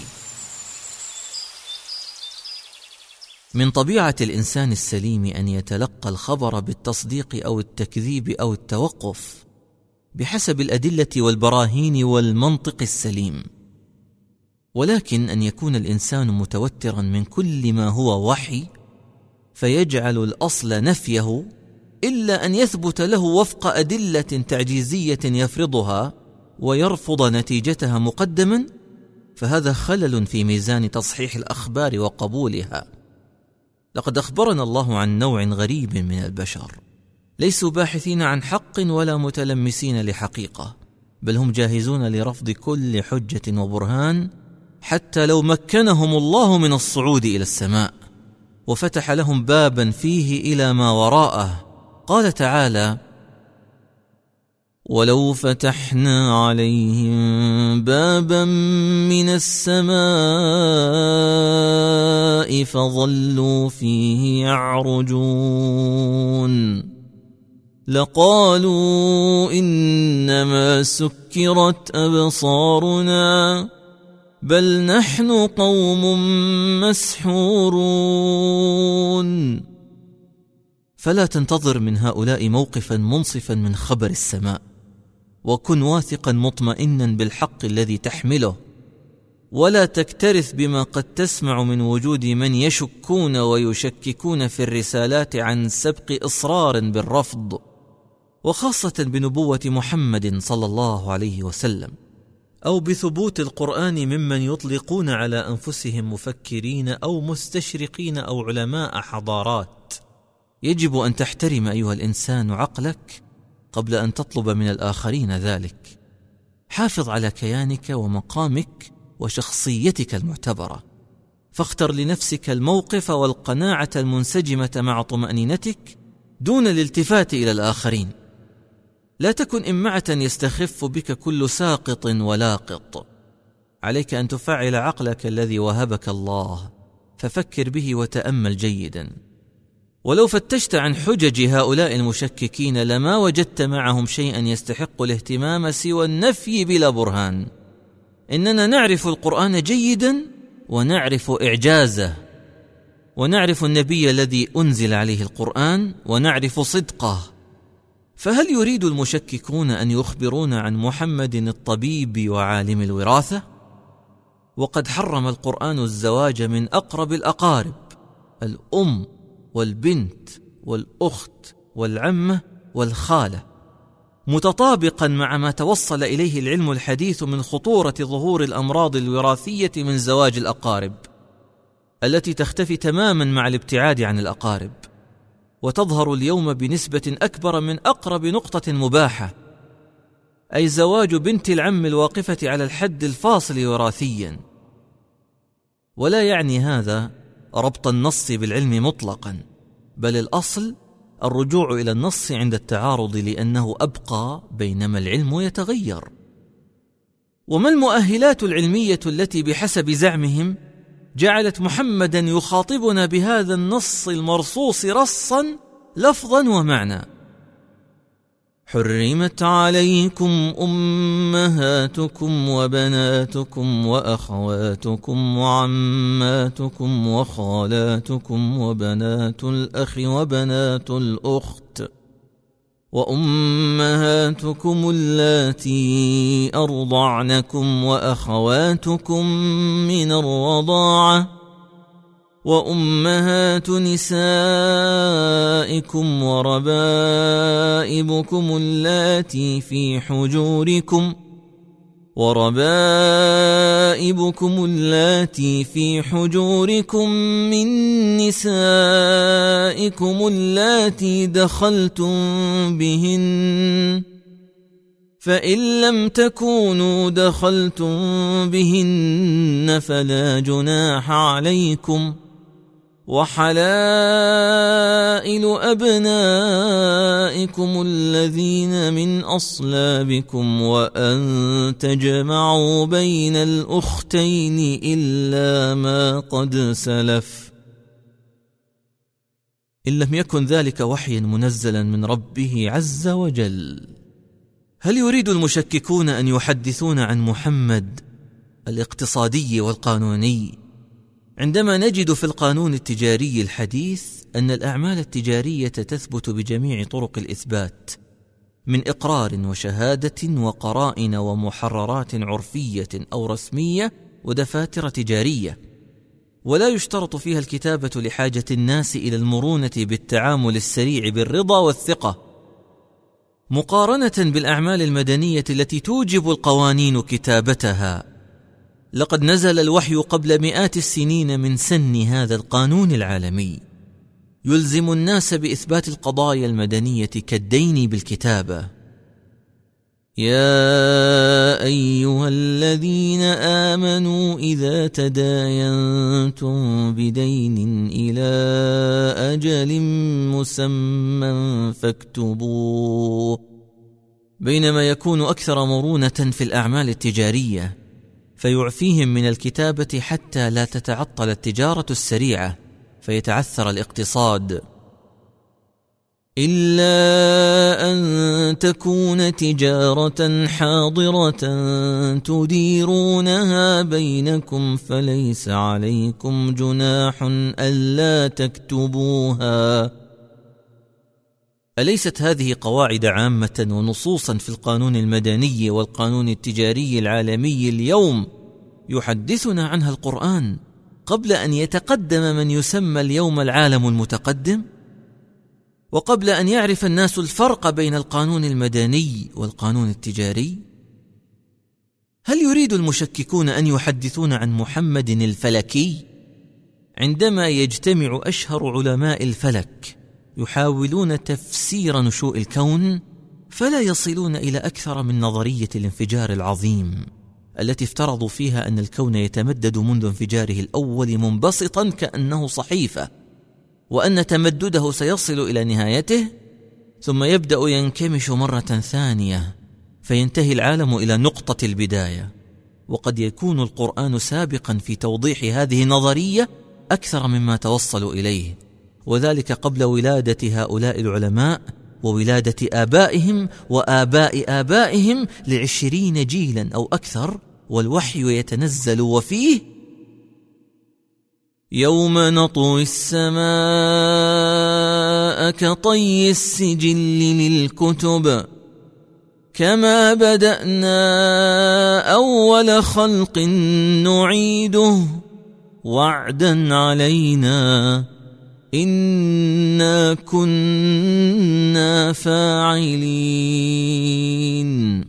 Speaker 1: من طبيعة الإنسان السليم أن يتلقى الخبر بالتصديق أو التكذيب أو التوقف بحسب الأدلة والبراهين والمنطق السليم، ولكن أن يكون الإنسان متوترا من كل ما هو وحي فيجعل الأصل نفيه إلا أن يثبت له وفق أدلة تعجيزية يفرضها ويرفض نتيجتها مقدما، فهذا خلل في ميزان تصحيح الأخبار وقبولها. لقد أخبرنا الله عن نوع غريب من البشر ليسوا باحثين عن حق ولا متلمسين لحقيقة، بل هم جاهزون لرفض كل حجة وبرهان حتى لو مكنهم الله من الصعود إلى السماء وفتح لهم بابا فيه إلى ما وراءه. قال تعالى: ولو فتحنا عليهم بابا من السماء فظلوا فيه يعرجون لقالوا إنما سكرت أبصارنا بل نحن قوم مسحورون. فلا تنتظر من هؤلاء موقفا منصفا من خبر السماء، وكن واثقا مطمئنا بالحق الذي تحمله، ولا تكترث بما قد تسمع من وجود من يشكون ويشككون في الرسالات عن سبق إصرار بالرفض، وخاصة بنبوة محمد صلى الله عليه وسلم، أو بثبوت القرآن ممن يطلقون على أنفسهم مفكرين أو مستشرقين أو علماء حضارات. يجب أن تحترم أيها الإنسان عقلك قبل أن تطلب من الآخرين ذلك. حافظ على كيانك ومقامك وشخصيتك المعتبرة، فاختر لنفسك الموقف والقناعة المنسجمة مع طمأنينتك دون الالتفات إلى الآخرين. لا تكن إمعة يستخف بك كل ساقط ولاقط. عليك أن تفعل عقلك الذي وهبك الله، ففكر به وتأمل جيدا. ولو فتشت عن حجج هؤلاء المشككين لما وجدت معهم شيئا يستحق الاهتمام سوى النفي بلا برهان. إننا نعرف القرآن جيدا ونعرف إعجازه، ونعرف النبي الذي أنزل عليه القرآن، ونعرف صدقه. فهل يريد المشككون أن يخبرونا عن محمد الطبيب وعالم الوراثة؟ وقد حرم القرآن الزواج من أقرب الأقارب، الأم والبنت والأخت والعمة والخالة، متطابقا مع ما توصل إليه العلم الحديث من خطورة ظهور الأمراض الوراثية من زواج الأقارب، التي تختفي تماما مع الابتعاد عن الأقارب، وتظهر اليوم بنسبة أكبر من أقرب نقطة مباحة، أي زواج بنت العم الواقفة على الحد الفاصل وراثيا. ولا يعني هذا ربط النص بالعلم مطلقا، بل الأصل الرجوع إلى النص عند التعارض، لأنه أبقى بينما العلم يتغير. وما المؤهلات العلمية التي بحسب زعمهم جعلت محمدا يخاطبنا بهذا النص المرصوص رصا لفظا ومعنى؟ حرمت عليكم أمهاتكم وبناتكم وأخواتكم وعماتكم وخالاتكم وبنات الأخ وبنات الأخت وأمهاتكم اللاتي أرضعنكم وأخواتكم من الرضاعة وأمهات نسائكم وربائبكم اللاتي في حجوركم وربائبكم اللاتي في حجوركم من نسائكم اللاتي دخلتم بهن فإن لم تكونوا دخلتم بهن فلا جناح عليكم وحلائل أبنائكم الذين من أصلابكم وأن تجمعوا بين الأختين إلا ما قد سلف إن لم يكن ذلك وحيا منزلا من ربه عز وجل. هل يريد المشككون أن يحدثون عن محمد الاقتصادي والقانوني عندما نجد في القانون التجاري الحديث أن الأعمال التجارية تثبت بجميع طرق الإثبات من إقرار وشهادة وقرائن ومحررات عرفية أو رسمية ودفاتر تجارية، ولا يشترط فيها الكتابة لحاجة الناس إلى المرونة بالتعامل السريع بالرضا والثقة، مقارنة بالأعمال المدنية التي توجب القوانين كتابتها. لقد نزل الوحي قبل مئات السنين من سن هذا القانون العالمي يلزم الناس بإثبات القضايا المدنية كالدين بالكتابة. يا أيها الذين آمنوا إذا تداينتم بدين إلى أجل مسمى فاكتبوه، بينما يكون أكثر مرونة في الأعمال التجارية فيعفيهم من الكتابة حتى لا تتعطل التجارة السريعة فيتعثر الاقتصاد، إلا أن تكون تجارة حاضرة تديرونها بينكم فليس عليكم جناح ألا تكتبوها. أليست هذه قواعد عامة ونصوصا في القانون المدني والقانون التجاري العالمي اليوم يحدثنا عنها القرآن قبل أن يتقدم من يسمى اليوم العالم المتقدم، وقبل أن يعرف الناس الفرق بين القانون المدني والقانون التجاري؟ هل يريد المشككون أن يحدثون عن محمد الفلكي عندما يجتمع أشهر علماء الفلك يحاولون تفسير نشوء الكون فلا يصلون إلى أكثر من نظرية الانفجار العظيم التي افترضوا فيها أن الكون يتمدد منذ انفجاره الأول منبسطا كأنه صحيفة، وأن تمدده سيصل إلى نهايته ثم يبدأ ينكمش مرة ثانية فينتهي العالم إلى نقطة البداية. وقد يكون القرآن سابقا في توضيح هذه النظرية أكثر مما توصلوا إليه، وذلك قبل ولادة هؤلاء العلماء وولادة آبائهم وآباء آبائهم لعشرين جيلا أو أكثر، والوحي يتنزل وفيه يوم نطوي السماء كطي السجل للكتب كما بدأنا أول خلق نعيده وعدا علينا إنا كنا فاعلين.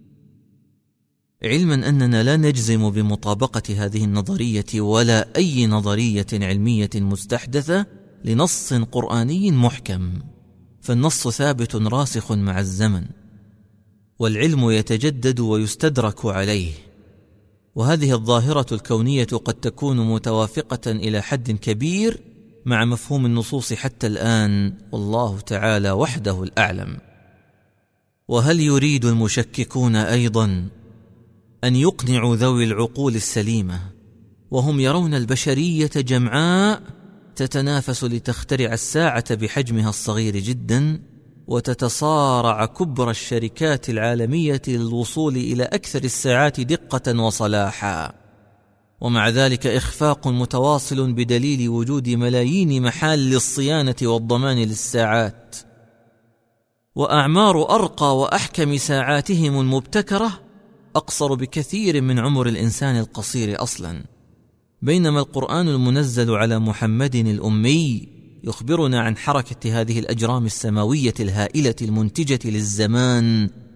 Speaker 1: علما أننا لا نجزم بمطابقة هذه النظرية ولا أي نظرية علمية مستحدثة لنص قرآني محكم، فالنص ثابت راسخ مع الزمن، والعلم يتجدد ويستدرك عليه، وهذه الظاهرة الكونية قد تكون متوافقة إلى حد كبير مع مفهوم النصوص حتى الآن، والله تعالى وحده الأعلم. وهل يريد المشككون أيضا أن يقنعوا ذوي العقول السليمة وهم يرون البشرية جمعاء تتنافس لتخترع الساعة بحجمها الصغير جدا وتتصارع كبر الشركات العالمية للوصول إلى أكثر الساعات دقة وصلاحا، ومع ذلك إخفاق متواصل بدليل وجود ملايين محال للصيانة والضمان للساعات، وأعمار أرقى وأحكم ساعاتهم المبتكرة أقصر بكثير من عمر الإنسان القصير أصلا، بينما القرآن المنزل على محمد الأمي يخبرنا عن حركة هذه الأجرام السماوية الهائلة المنتجة للزمان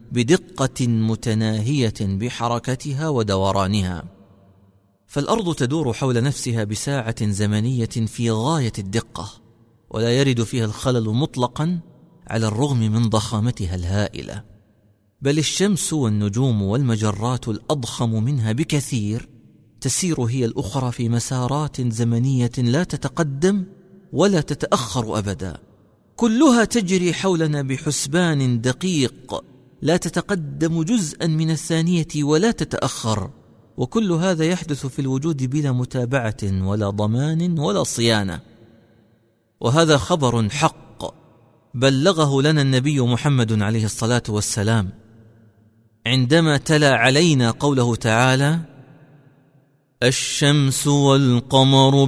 Speaker 1: بدقة متناهية بحركتها ودورانها، فالأرض تدور حول نفسها بساعة زمنية في غاية الدقة، ولا يرد فيها الخلل مطلقا على الرغم من ضخامتها الهائلة، بل الشمس والنجوم والمجرات الأضخم منها بكثير تسير هي الأخرى في مسارات زمنية لا تتقدم ولا تتأخر أبدا، كلها تجري حولنا بحسبان دقيق لا تتقدم جزءا من الثانية ولا تتأخر، وكل هذا يحدث في الوجود بلا متابعة ولا ضمان ولا صيانة. وهذا خبر حق بلغه لنا النبي محمد عليه الصلاة والسلام عندما تلا علينا قوله تعالى: الشمس والقمر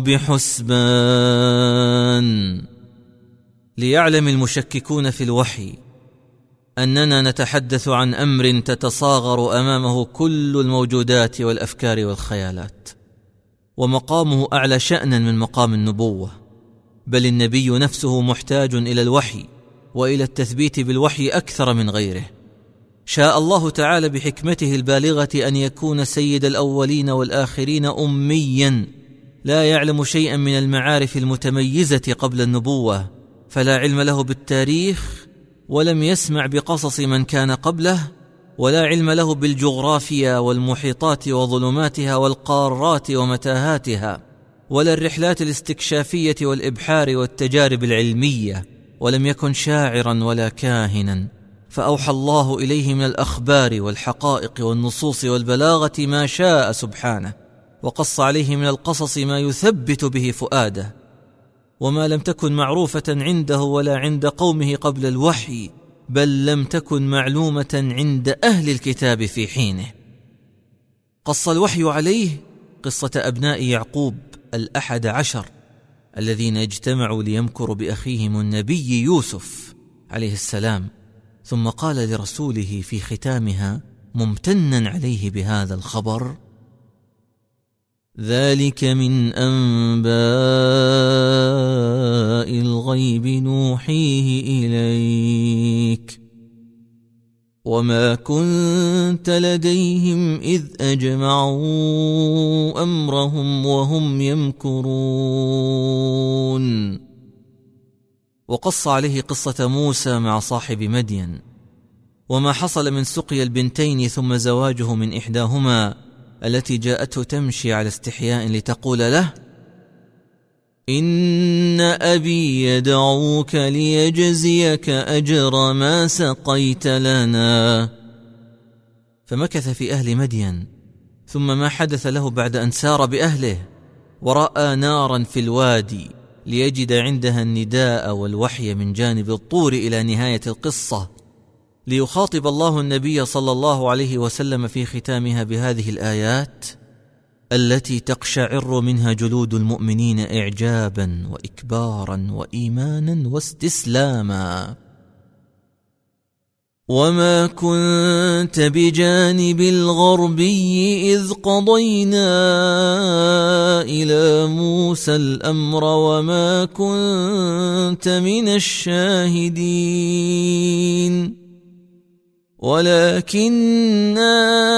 Speaker 1: بحسبان. ليعلم المشككون في الوحي أننا نتحدث عن أمر تتصاغر أمامه كل الموجودات والأفكار والخيالات، ومقامه أعلى شأنا من مقام النبوة، بل النبي نفسه محتاج إلى الوحي وإلى التثبيت بالوحي أكثر من غيره. شاء الله تعالى بحكمته البالغة أن يكون سيد الأولين والآخرين أميا لا يعلم شيئا من المعارف المتميزة قبل النبوة، فلا علم له بالتاريخ، ولم يسمع بقصص من كان قبله، ولا علم له بالجغرافيا والمحيطات وظلماتها والقارات ومتاهاتها، ولا الرحلات الاستكشافية والإبحار والتجارب العلمية، ولم يكن شاعرا ولا كاهنا، فأوحى الله إليه من الأخبار والحقائق والنصوص والبلاغة ما شاء سبحانه، وقص عليه من القصص ما يثبت به فؤاده، وما لم تكن معروفة عنده ولا عند قومه قبل الوحي، بل لم تكن معلومة عند أهل الكتاب في حينه. قص الوحي عليه قصة أبناء يعقوب الأحد عشر الذين اجتمعوا ليمكروا بأخيهم النبي يوسف عليه السلام، ثم قال لرسوله في ختامها ممتنا عليه بهذا الخبر: ذلك من أنباء الغيب نوحيه إليك وما كنت لديهم إذ أجمعوا أمرهم وهم يمكرون. وقص عليه قصة موسى مع صاحب مدين، وما حصل من سقي البنتين ثم زواجه من إحداهما التي جاءته تمشي على استحياء لتقول له: إن أبي يدعوك ليجزيك أجر ما سقيت لنا. فمكث في أهل مدين، ثم ما حدث له بعد أن سار بأهله ورأى نارا في الوادي ليجد عندها النداء والوحي من جانب الطور إلى نهاية القصة، ليخاطب الله النبي صلى الله عليه وسلم في ختامها بهذه الآيات التي تقشعر منها جلود المؤمنين إعجابا وإكبارا وإيمانا واستسلاما: وما كنت بجانب الغربي إذ قضينا إلى موسى الأمر وما كنت من الشاهدين ولكننا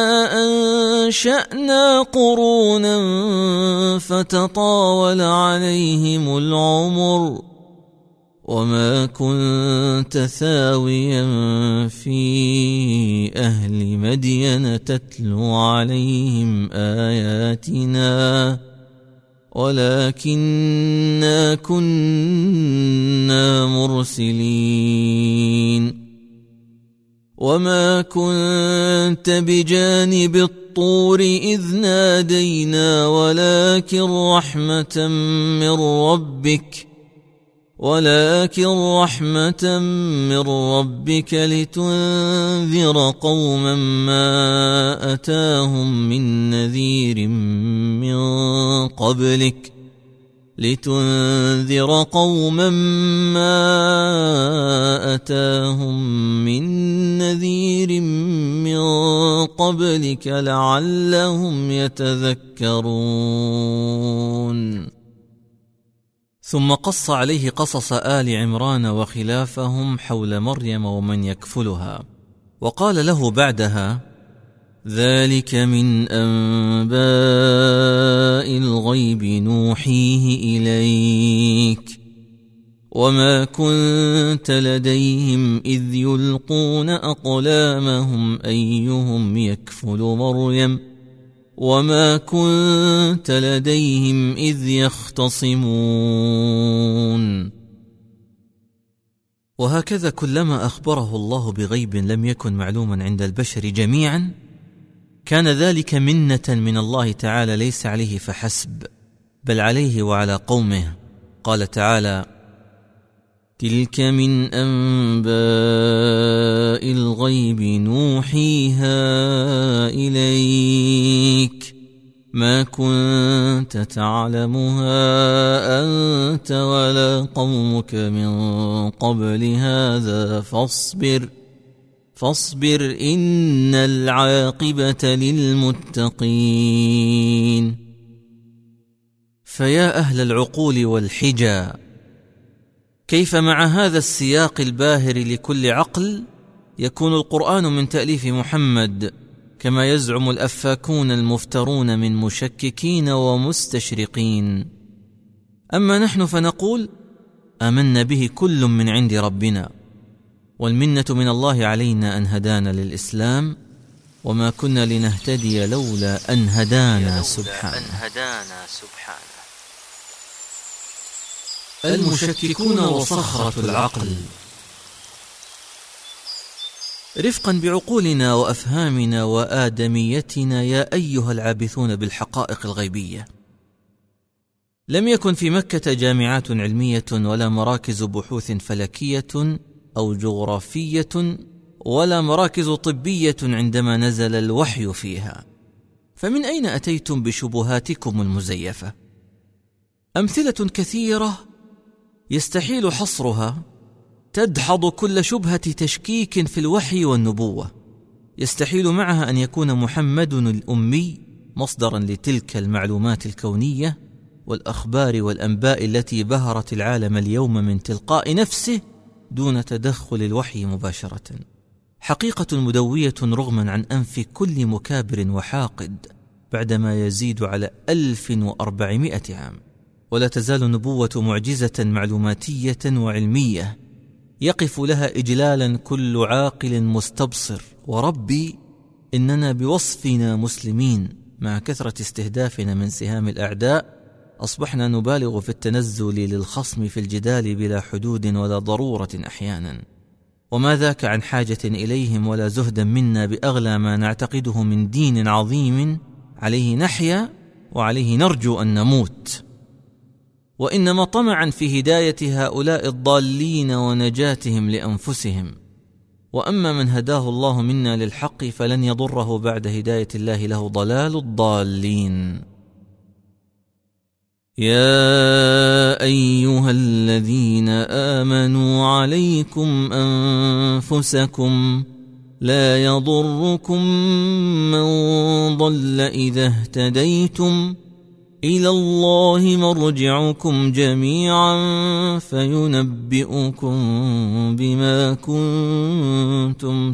Speaker 1: أنشأنا قرونا فتطاول عليهم العمر وما كنت ثاويا في أهل مدين تتلو عليهم آياتنا ولكننا كنا مرسلين. وما كنت بجانب الطور إذ نادينا ولكن رحمة من ربك ولكن رحمة من ربك لتنذر قوما ما أتاهم من نذير من قبلك لتنذر قوما ما أتاهم من نذير من قبلك لعلهم يتذكرون. ثم قص عليه قصص آل عمران وخلافهم حول مريم ومن يكفلها، وقال له بعدها: ذلك من أنباء الغيب نوحيه إليك وما كنت لديهم إذ يلقون أقلامهم أيهم يكفل مريم وما كنت لديهم إذ يختصمون. وهكذا كلما أخبره الله بغيب لم يكن معلوما عند البشر جميعا كان ذلك منة من الله تعالى ليس عليه فحسب بل عليه وعلى قومه. قال تعالى: تلك من أنباء الغيب نوحيها إليك ما كنت تعلمها أنت ولا قومك من قبل هذا فاصبر فاصبر إن العاقبة للمتقين. فيا أهل العقول والحجى، كيف مع هذا السياق الباهر لكل عقل يكون القرآن من تأليف محمد كما يزعم الأفاكون المفترون من مشككين ومستشرقين؟ أما نحن فنقول: آمنا به كل من عند ربنا، والمنة من الله علينا أن هدانا للإسلام، وما كنا لنهتدي لولا أن هدانا سبحانه. المشككون وصخرة العقل. رفقا بعقولنا وأفهامنا وآدميتنا يا أيها العابثون بالحقائق الغيبية، لم يكن في مكة جامعات علمية ولا مراكز بحوث فلكية أو جغرافية ولا مراكز طبية عندما نزل الوحي فيها، فمن أين أتيتم بشبهاتكم المزيفة؟ أمثلة كثيرة يستحيل حصرها تدحض كل شبهة تشكيك في الوحي والنبوة، يستحيل معها أن يكون محمد الأمي مصدرا لتلك المعلومات الكونية والأخبار والأنباء التي بهرت العالم اليوم من تلقاء نفسه دون تدخل الوحي مباشرة. حقيقة مدوية رغما عن أنف كل مكابر وحاقد بعدما يزيد على ألف وأربعمائة عام، ولا تزال النبوة معجزة معلوماتية وعلمية يقف لها إجلالا كل عاقل مستبصر. وربي إننا بوصفنا مسلمين مع كثرة استهدافنا من سهام الأعداء أصبحنا نبالغ في التنزل للخصم في الجدال بلا حدود ولا ضرورة أحيانا، وما ذاك عن حاجة إليهم ولا زهدا منا بأغلى ما نعتقده من دين عظيم عليه نحيا وعليه نرجو أن نموت، وإنما طمعا في هداية هؤلاء الضالين ونجاتهم لأنفسهم. وأما من هداه الله منا للحق فلن يضره بعد هداية الله له ضلال الضالين. يا أيها الذين آمنوا عليكم أنفسكم لا يضركم من ضل إذا اهتديتم إلى الله مرجعكم جميعا فينبئكم بما كنتم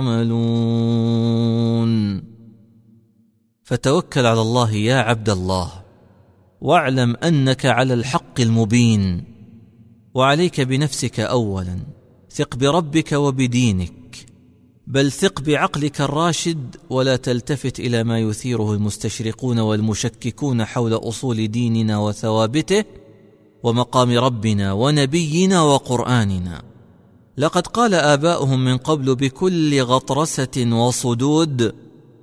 Speaker 1: تعملون. فتوكل على الله يا عبد الله، واعلم أنك على الحق المبين، وعليك بنفسك أولا، ثق بربك وبدينك، بل ثق بعقلك الراشد، ولا تلتفت إلى ما يثيره المستشرقون والمشككون حول أصول ديننا وثوابته ومقام ربنا ونبينا وقرآننا. لقد قال آباؤهم من قبل بكل غطرسة وصدود: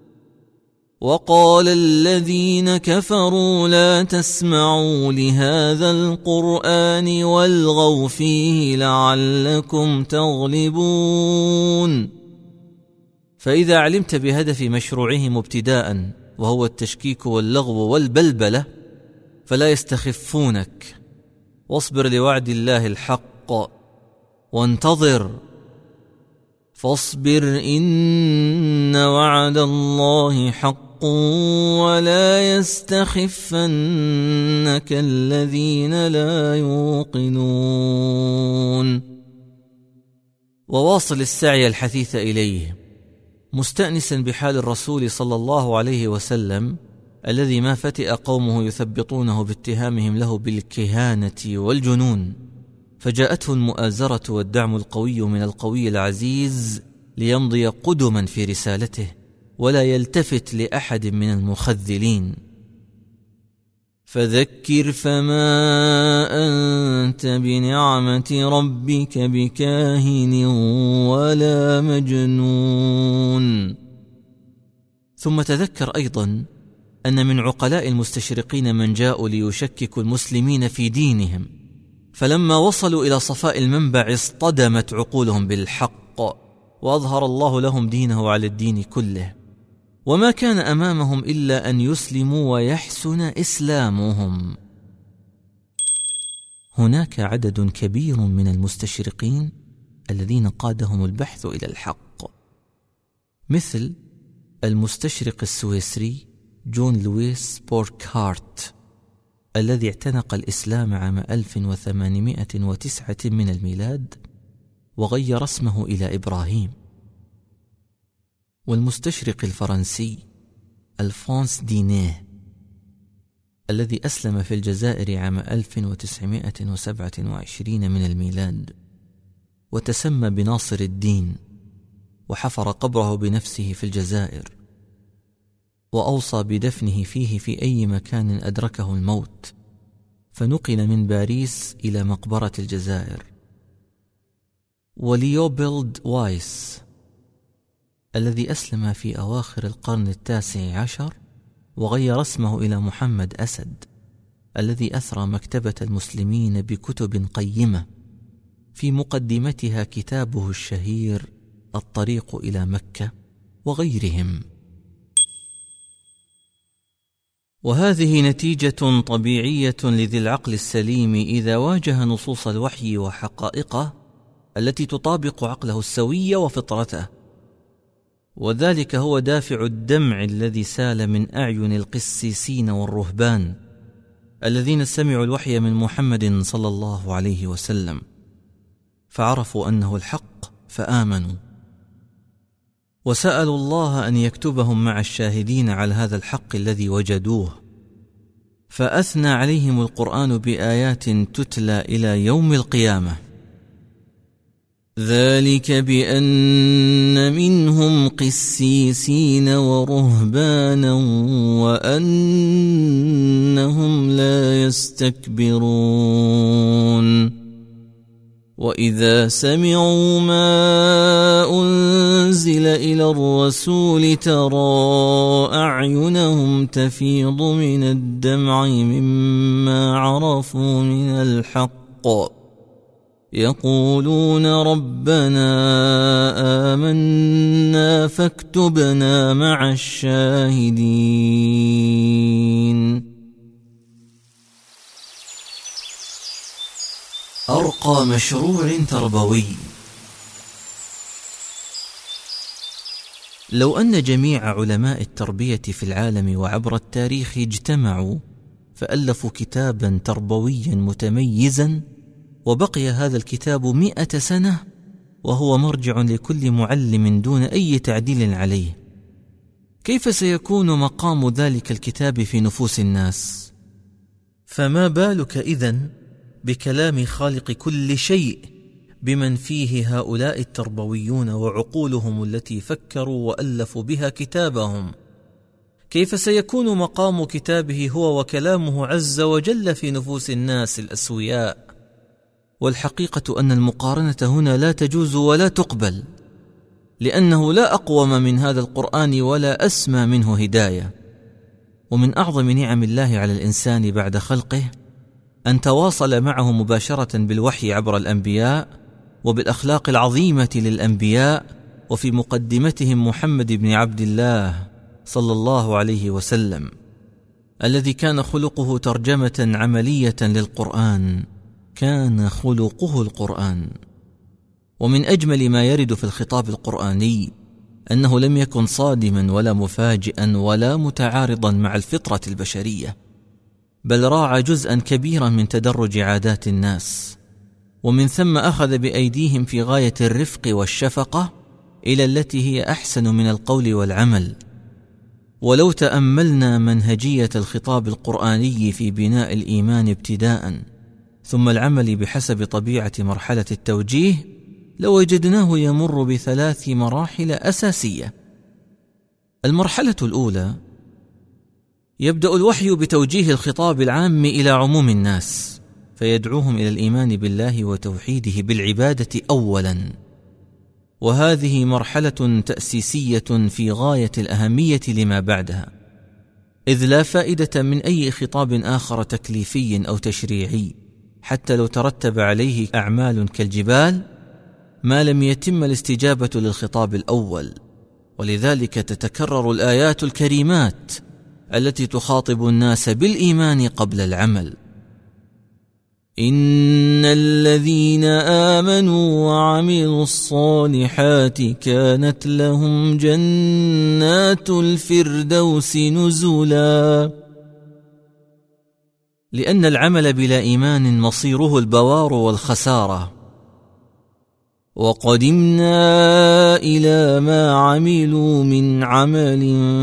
Speaker 1: وقال الذين كفروا لا تسمعوا لهذا القرآن والغوا فيه لعلكم تغلبون. فإذا علمت بهدف مشروعهم ابتداء وهو التشكيك واللغو والبلبلة فلا يستخفونك، واصبر لوعد الله الحق وانتظر، فاصبر إن وعد الله حق ولا يستخفنك الذين لا يوقنون. وواصل السعي الحثيث إليه مستأنسا بحال الرسول صلى الله عليه وسلم الذي ما فتئ قومه يثبطونه باتهامهم له بالكهانة والجنون، فجاءته المؤازرة والدعم القوي من القوي العزيز ليمضي قدما في رسالته ولا يلتفت لأحد من المخذلين. فذكر فما أنت بنعمة ربك بكاهن ولا مجنون. ثم تذكر أيضا أن من عقلاء المستشرقين من جاءوا ليشككوا المسلمين في دينهم، فلما وصلوا إلى صفاء المنبع اصطدمت عقولهم بالحق وأظهر الله لهم دينه على الدين كله، وما كان أمامهم إلا أن يسلموا ويحسن إسلامهم. هناك عدد كبير من المستشرقين الذين قادهم البحث إلى الحق، مثل المستشرق السويسري جون لويس بوركهارت الذي اعتنق الإسلام عام ألف وثمانمائة وتسعة من الميلاد وغير اسمه إلى إبراهيم، والمستشرق الفرنسي ألفونس دينيه الذي أسلم في الجزائر عام ألف وتسعمائة وسبعة وعشرين من الميلاد وتسمى بناصر الدين، وحفر قبره بنفسه في الجزائر، وأوصى بدفنه فيه في أي مكان أدركه الموت، فنقل من باريس إلى مقبرة الجزائر. وليوبيلد وايس الذي أسلم في أواخر القرن التاسع عشر وغير اسمه إلى محمد أسد الذي أثرى مكتبة المسلمين بكتب قيمة، في مقدمتها كتابه الشهير الطريق إلى مكة وغيرهم. وهذه نتيجة طبيعية لذي العقل السليم إذا واجه نصوص الوحي وحقائقه التي تطابق عقله السوي وفطرته، وذلك هو دافع الدمع الذي سال من أعين القسيسين والرهبان الذين سمعوا الوحي من محمد صلى الله عليه وسلم فعرفوا أنه الحق فآمنوا، وسألوا الله أن يكتبهم مع الشاهدين على هذا الحق الذي وجدوه، فأثنى عليهم القرآن بآيات تتلى إلى يوم القيامة. ذلك بأن منهم قسيسين ورهبانا وأنهم لا يستكبرون، وإذا سمعوا ما أنزل إلى الرسول ترى أعينهم تفيض من الدمع مما عرفوا من الحق يقولون ربنا آمنا فاكتبنا مع الشاهدين. أرقى مشروع تربوي. لو أن جميع علماء التربية في العالم وعبر التاريخ اجتمعوا فألفوا كتابا تربويا متميزا، وبقي هذا الكتاب مئة سنة وهو مرجع لكل معلم دون أي تعديل عليه، كيف سيكون مقام ذلك الكتاب في نفوس الناس؟ فما بالك إذن بكلام خالق كل شيء بمن فيه هؤلاء التربويون وعقولهم التي فكروا وألفوا بها كتابهم؟ كيف سيكون مقام كتابه هو وكلامه عز وجل في نفوس الناس الأسوياء؟ والحقيقة أن المقارنة هنا لا تجوز ولا تقبل، لأنه لا أقوم من هذا القرآن ولا أسمى منه هداية. ومن أعظم نعم الله على الإنسان بعد خلقه أن تواصل معه مباشرة بالوحي عبر الأنبياء وبالأخلاق العظيمة للأنبياء، وفي مقدمتهم محمد بن عبد الله صلى الله عليه وسلم الذي كان خلقه ترجمة عملية للقرآن، كان خلقه القرآن. ومن أجمل ما يرد في الخطاب القرآني أنه لم يكن صادما ولا مفاجئا ولا متعارضا مع الفطرة البشرية، بل راعى جزءا كبيرا من تدرج عادات الناس، ومن ثم أخذ بأيديهم في غاية الرفق والشفقة إلى التي هي أحسن من القول والعمل. ولو تأملنا منهجية الخطاب القرآني في بناء الإيمان ابتداءً ثم العمل بحسب طبيعة مرحلة التوجيه لوجدناه يمر بثلاث مراحل أساسية. المرحلة الأولى: يبدأ الوحي بتوجيه الخطاب العام إلى عموم الناس، فيدعوهم إلى الإيمان بالله وتوحيده بالعبادة أولاً، وهذه مرحلة تأسيسية في غاية الأهمية لما بعدها، إذ لا فائدة من أي خطاب آخر تكليفي أو تشريعي حتى لو ترتب عليه أعمال كالجبال ما لم يتم الاستجابة للخطاب الأول. ولذلك تتكرر الآيات الكريمات التي تخاطب الناس بالإيمان قبل العمل: إن الذين آمنوا وعملوا الصالحات كانت لهم جنات الفردوس نزلا. لأن العمل بلا إيمان مصيره البوار والخسارة. وقدمنا إلى ما عملوا من عمل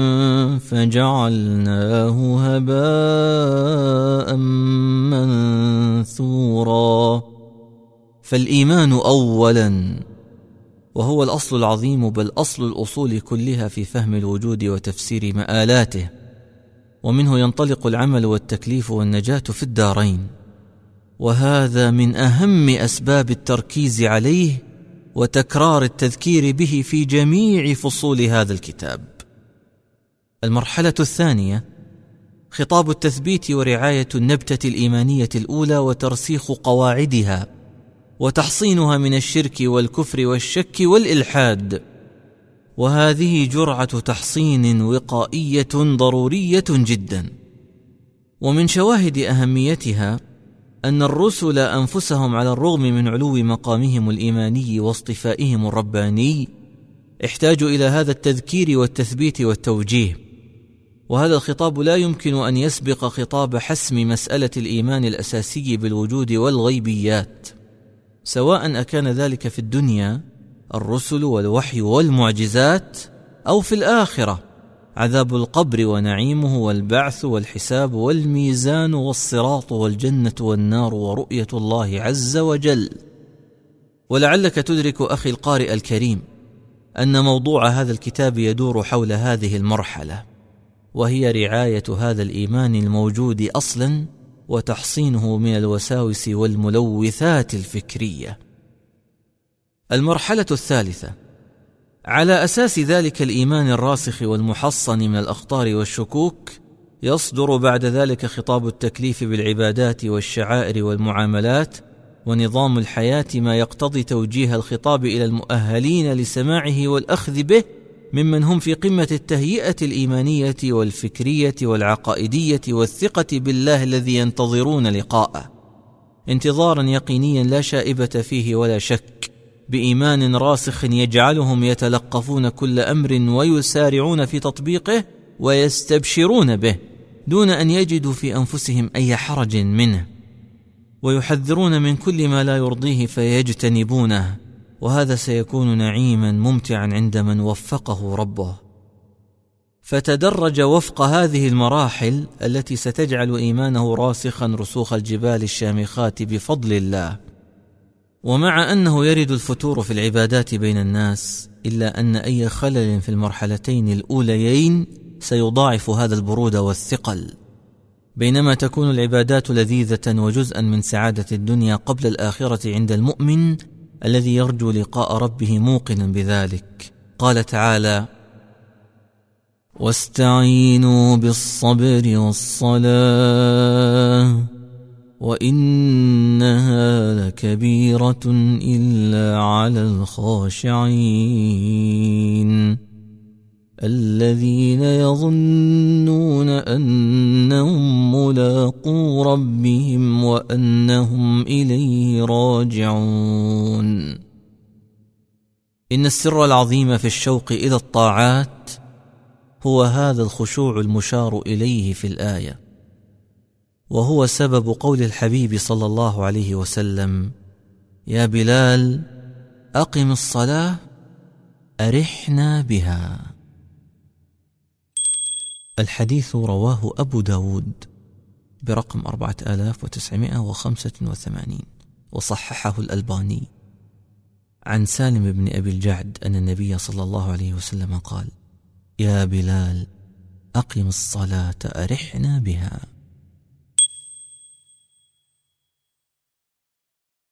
Speaker 1: فجعلناه هباء منثورا. فالإيمان أولا، وهو الأصل العظيم بل أصل الأصول كلها في فهم الوجود وتفسير مآلاته، ومنه ينطلق العمل والتكليف والنجاة في الدارين، وهذا من أهم أسباب التركيز عليه وتكرار التذكير به في جميع فصول هذا الكتاب. المرحلة الثانية: خطاب التثبيت ورعاية النبتة الإيمانية الأولى وترسيخ قواعدها وتحصينها من الشرك والكفر والشك والإلحاد، وهذه جرعة تحصين وقائية ضرورية جدا. ومن شواهد أهميتها أن الرسل أنفسهم على الرغم من علو مقامهم الإيماني واصطفائهم الرباني احتاجوا إلى هذا التذكير والتثبيت والتوجيه، وهذا الخطاب لا يمكن أن يسبق خطاب حسم مسألة الإيمان الأساسي بالوجود والغيبيات، سواء أكان ذلك في الدنيا الرسل والوحي والمعجزات، أو في الآخرة عذاب القبر ونعيمه والبعث والحساب والميزان والصراط والجنة والنار ورؤية الله عز وجل. ولعلك تدرك أخي القارئ الكريم أن موضوع هذا الكتاب يدور حول هذه المرحلة، وهي رعاية هذا الإيمان الموجود أصلا وتحصينه من الوساوس والملوثات الفكرية. المرحلة الثالثة: على أساس ذلك الإيمان الراسخ والمحصن من الأخطار والشكوك يصدر بعد ذلك خطاب التكليف بالعبادات والشعائر والمعاملات ونظام الحياة، ما يقتضي توجيه الخطاب إلى المؤهلين لسماعه والأخذ به ممن هم في قمة التهيئة الإيمانية والفكرية والعقائدية والثقة بالله الذي ينتظرون لقاءه انتظارا يقينيا لا شائبة فيه ولا شك، بإيمان راسخ يجعلهم يتلقفون كل أمر ويسارعون في تطبيقه ويستبشرون به دون أن يجدوا في أنفسهم أي حرج منه، ويحذرون من كل ما لا يرضيه فيجتنبونه، وهذا سيكون نعيما ممتعا عند من وفقه ربه. فتدرج وفق هذه المراحل التي ستجعل إيمانه راسخا رسوخ الجبال الشامخات بفضل الله. ومع أنه يرد الفتور في العبادات بين الناس، إلا أن أي خلل في المرحلتين الأوليين سيضاعف هذا البرود والثقل، بينما تكون العبادات لذيذة وجزءا من سعادة الدنيا قبل الآخرة عند المؤمن الذي يرجو لقاء ربه موقنا بذلك. قال تعالى: واستعينوا بالصبر والصلاة وإنها لكبيرة إلا على الخاشعين الذين يظنون أنهم ملاقو ربهم وأنهم إليه راجعون. إن السر العظيم في الشوق إلى الطاعات هو هذا الخشوع المشار إليه في الآية، وهو سبب قول الحبيب صلى الله عليه وسلم: يا بلال أقم الصلاة أرحنا بها. الحديث رواه أبو داود برقم أربعة آلاف وتسعمائة وخمسة وثمانين وصححه الألباني عن سالم بن أبي الجعد أن النبي صلى الله عليه وسلم قال: يا بلال، أقم الصلاة أرحنا بها.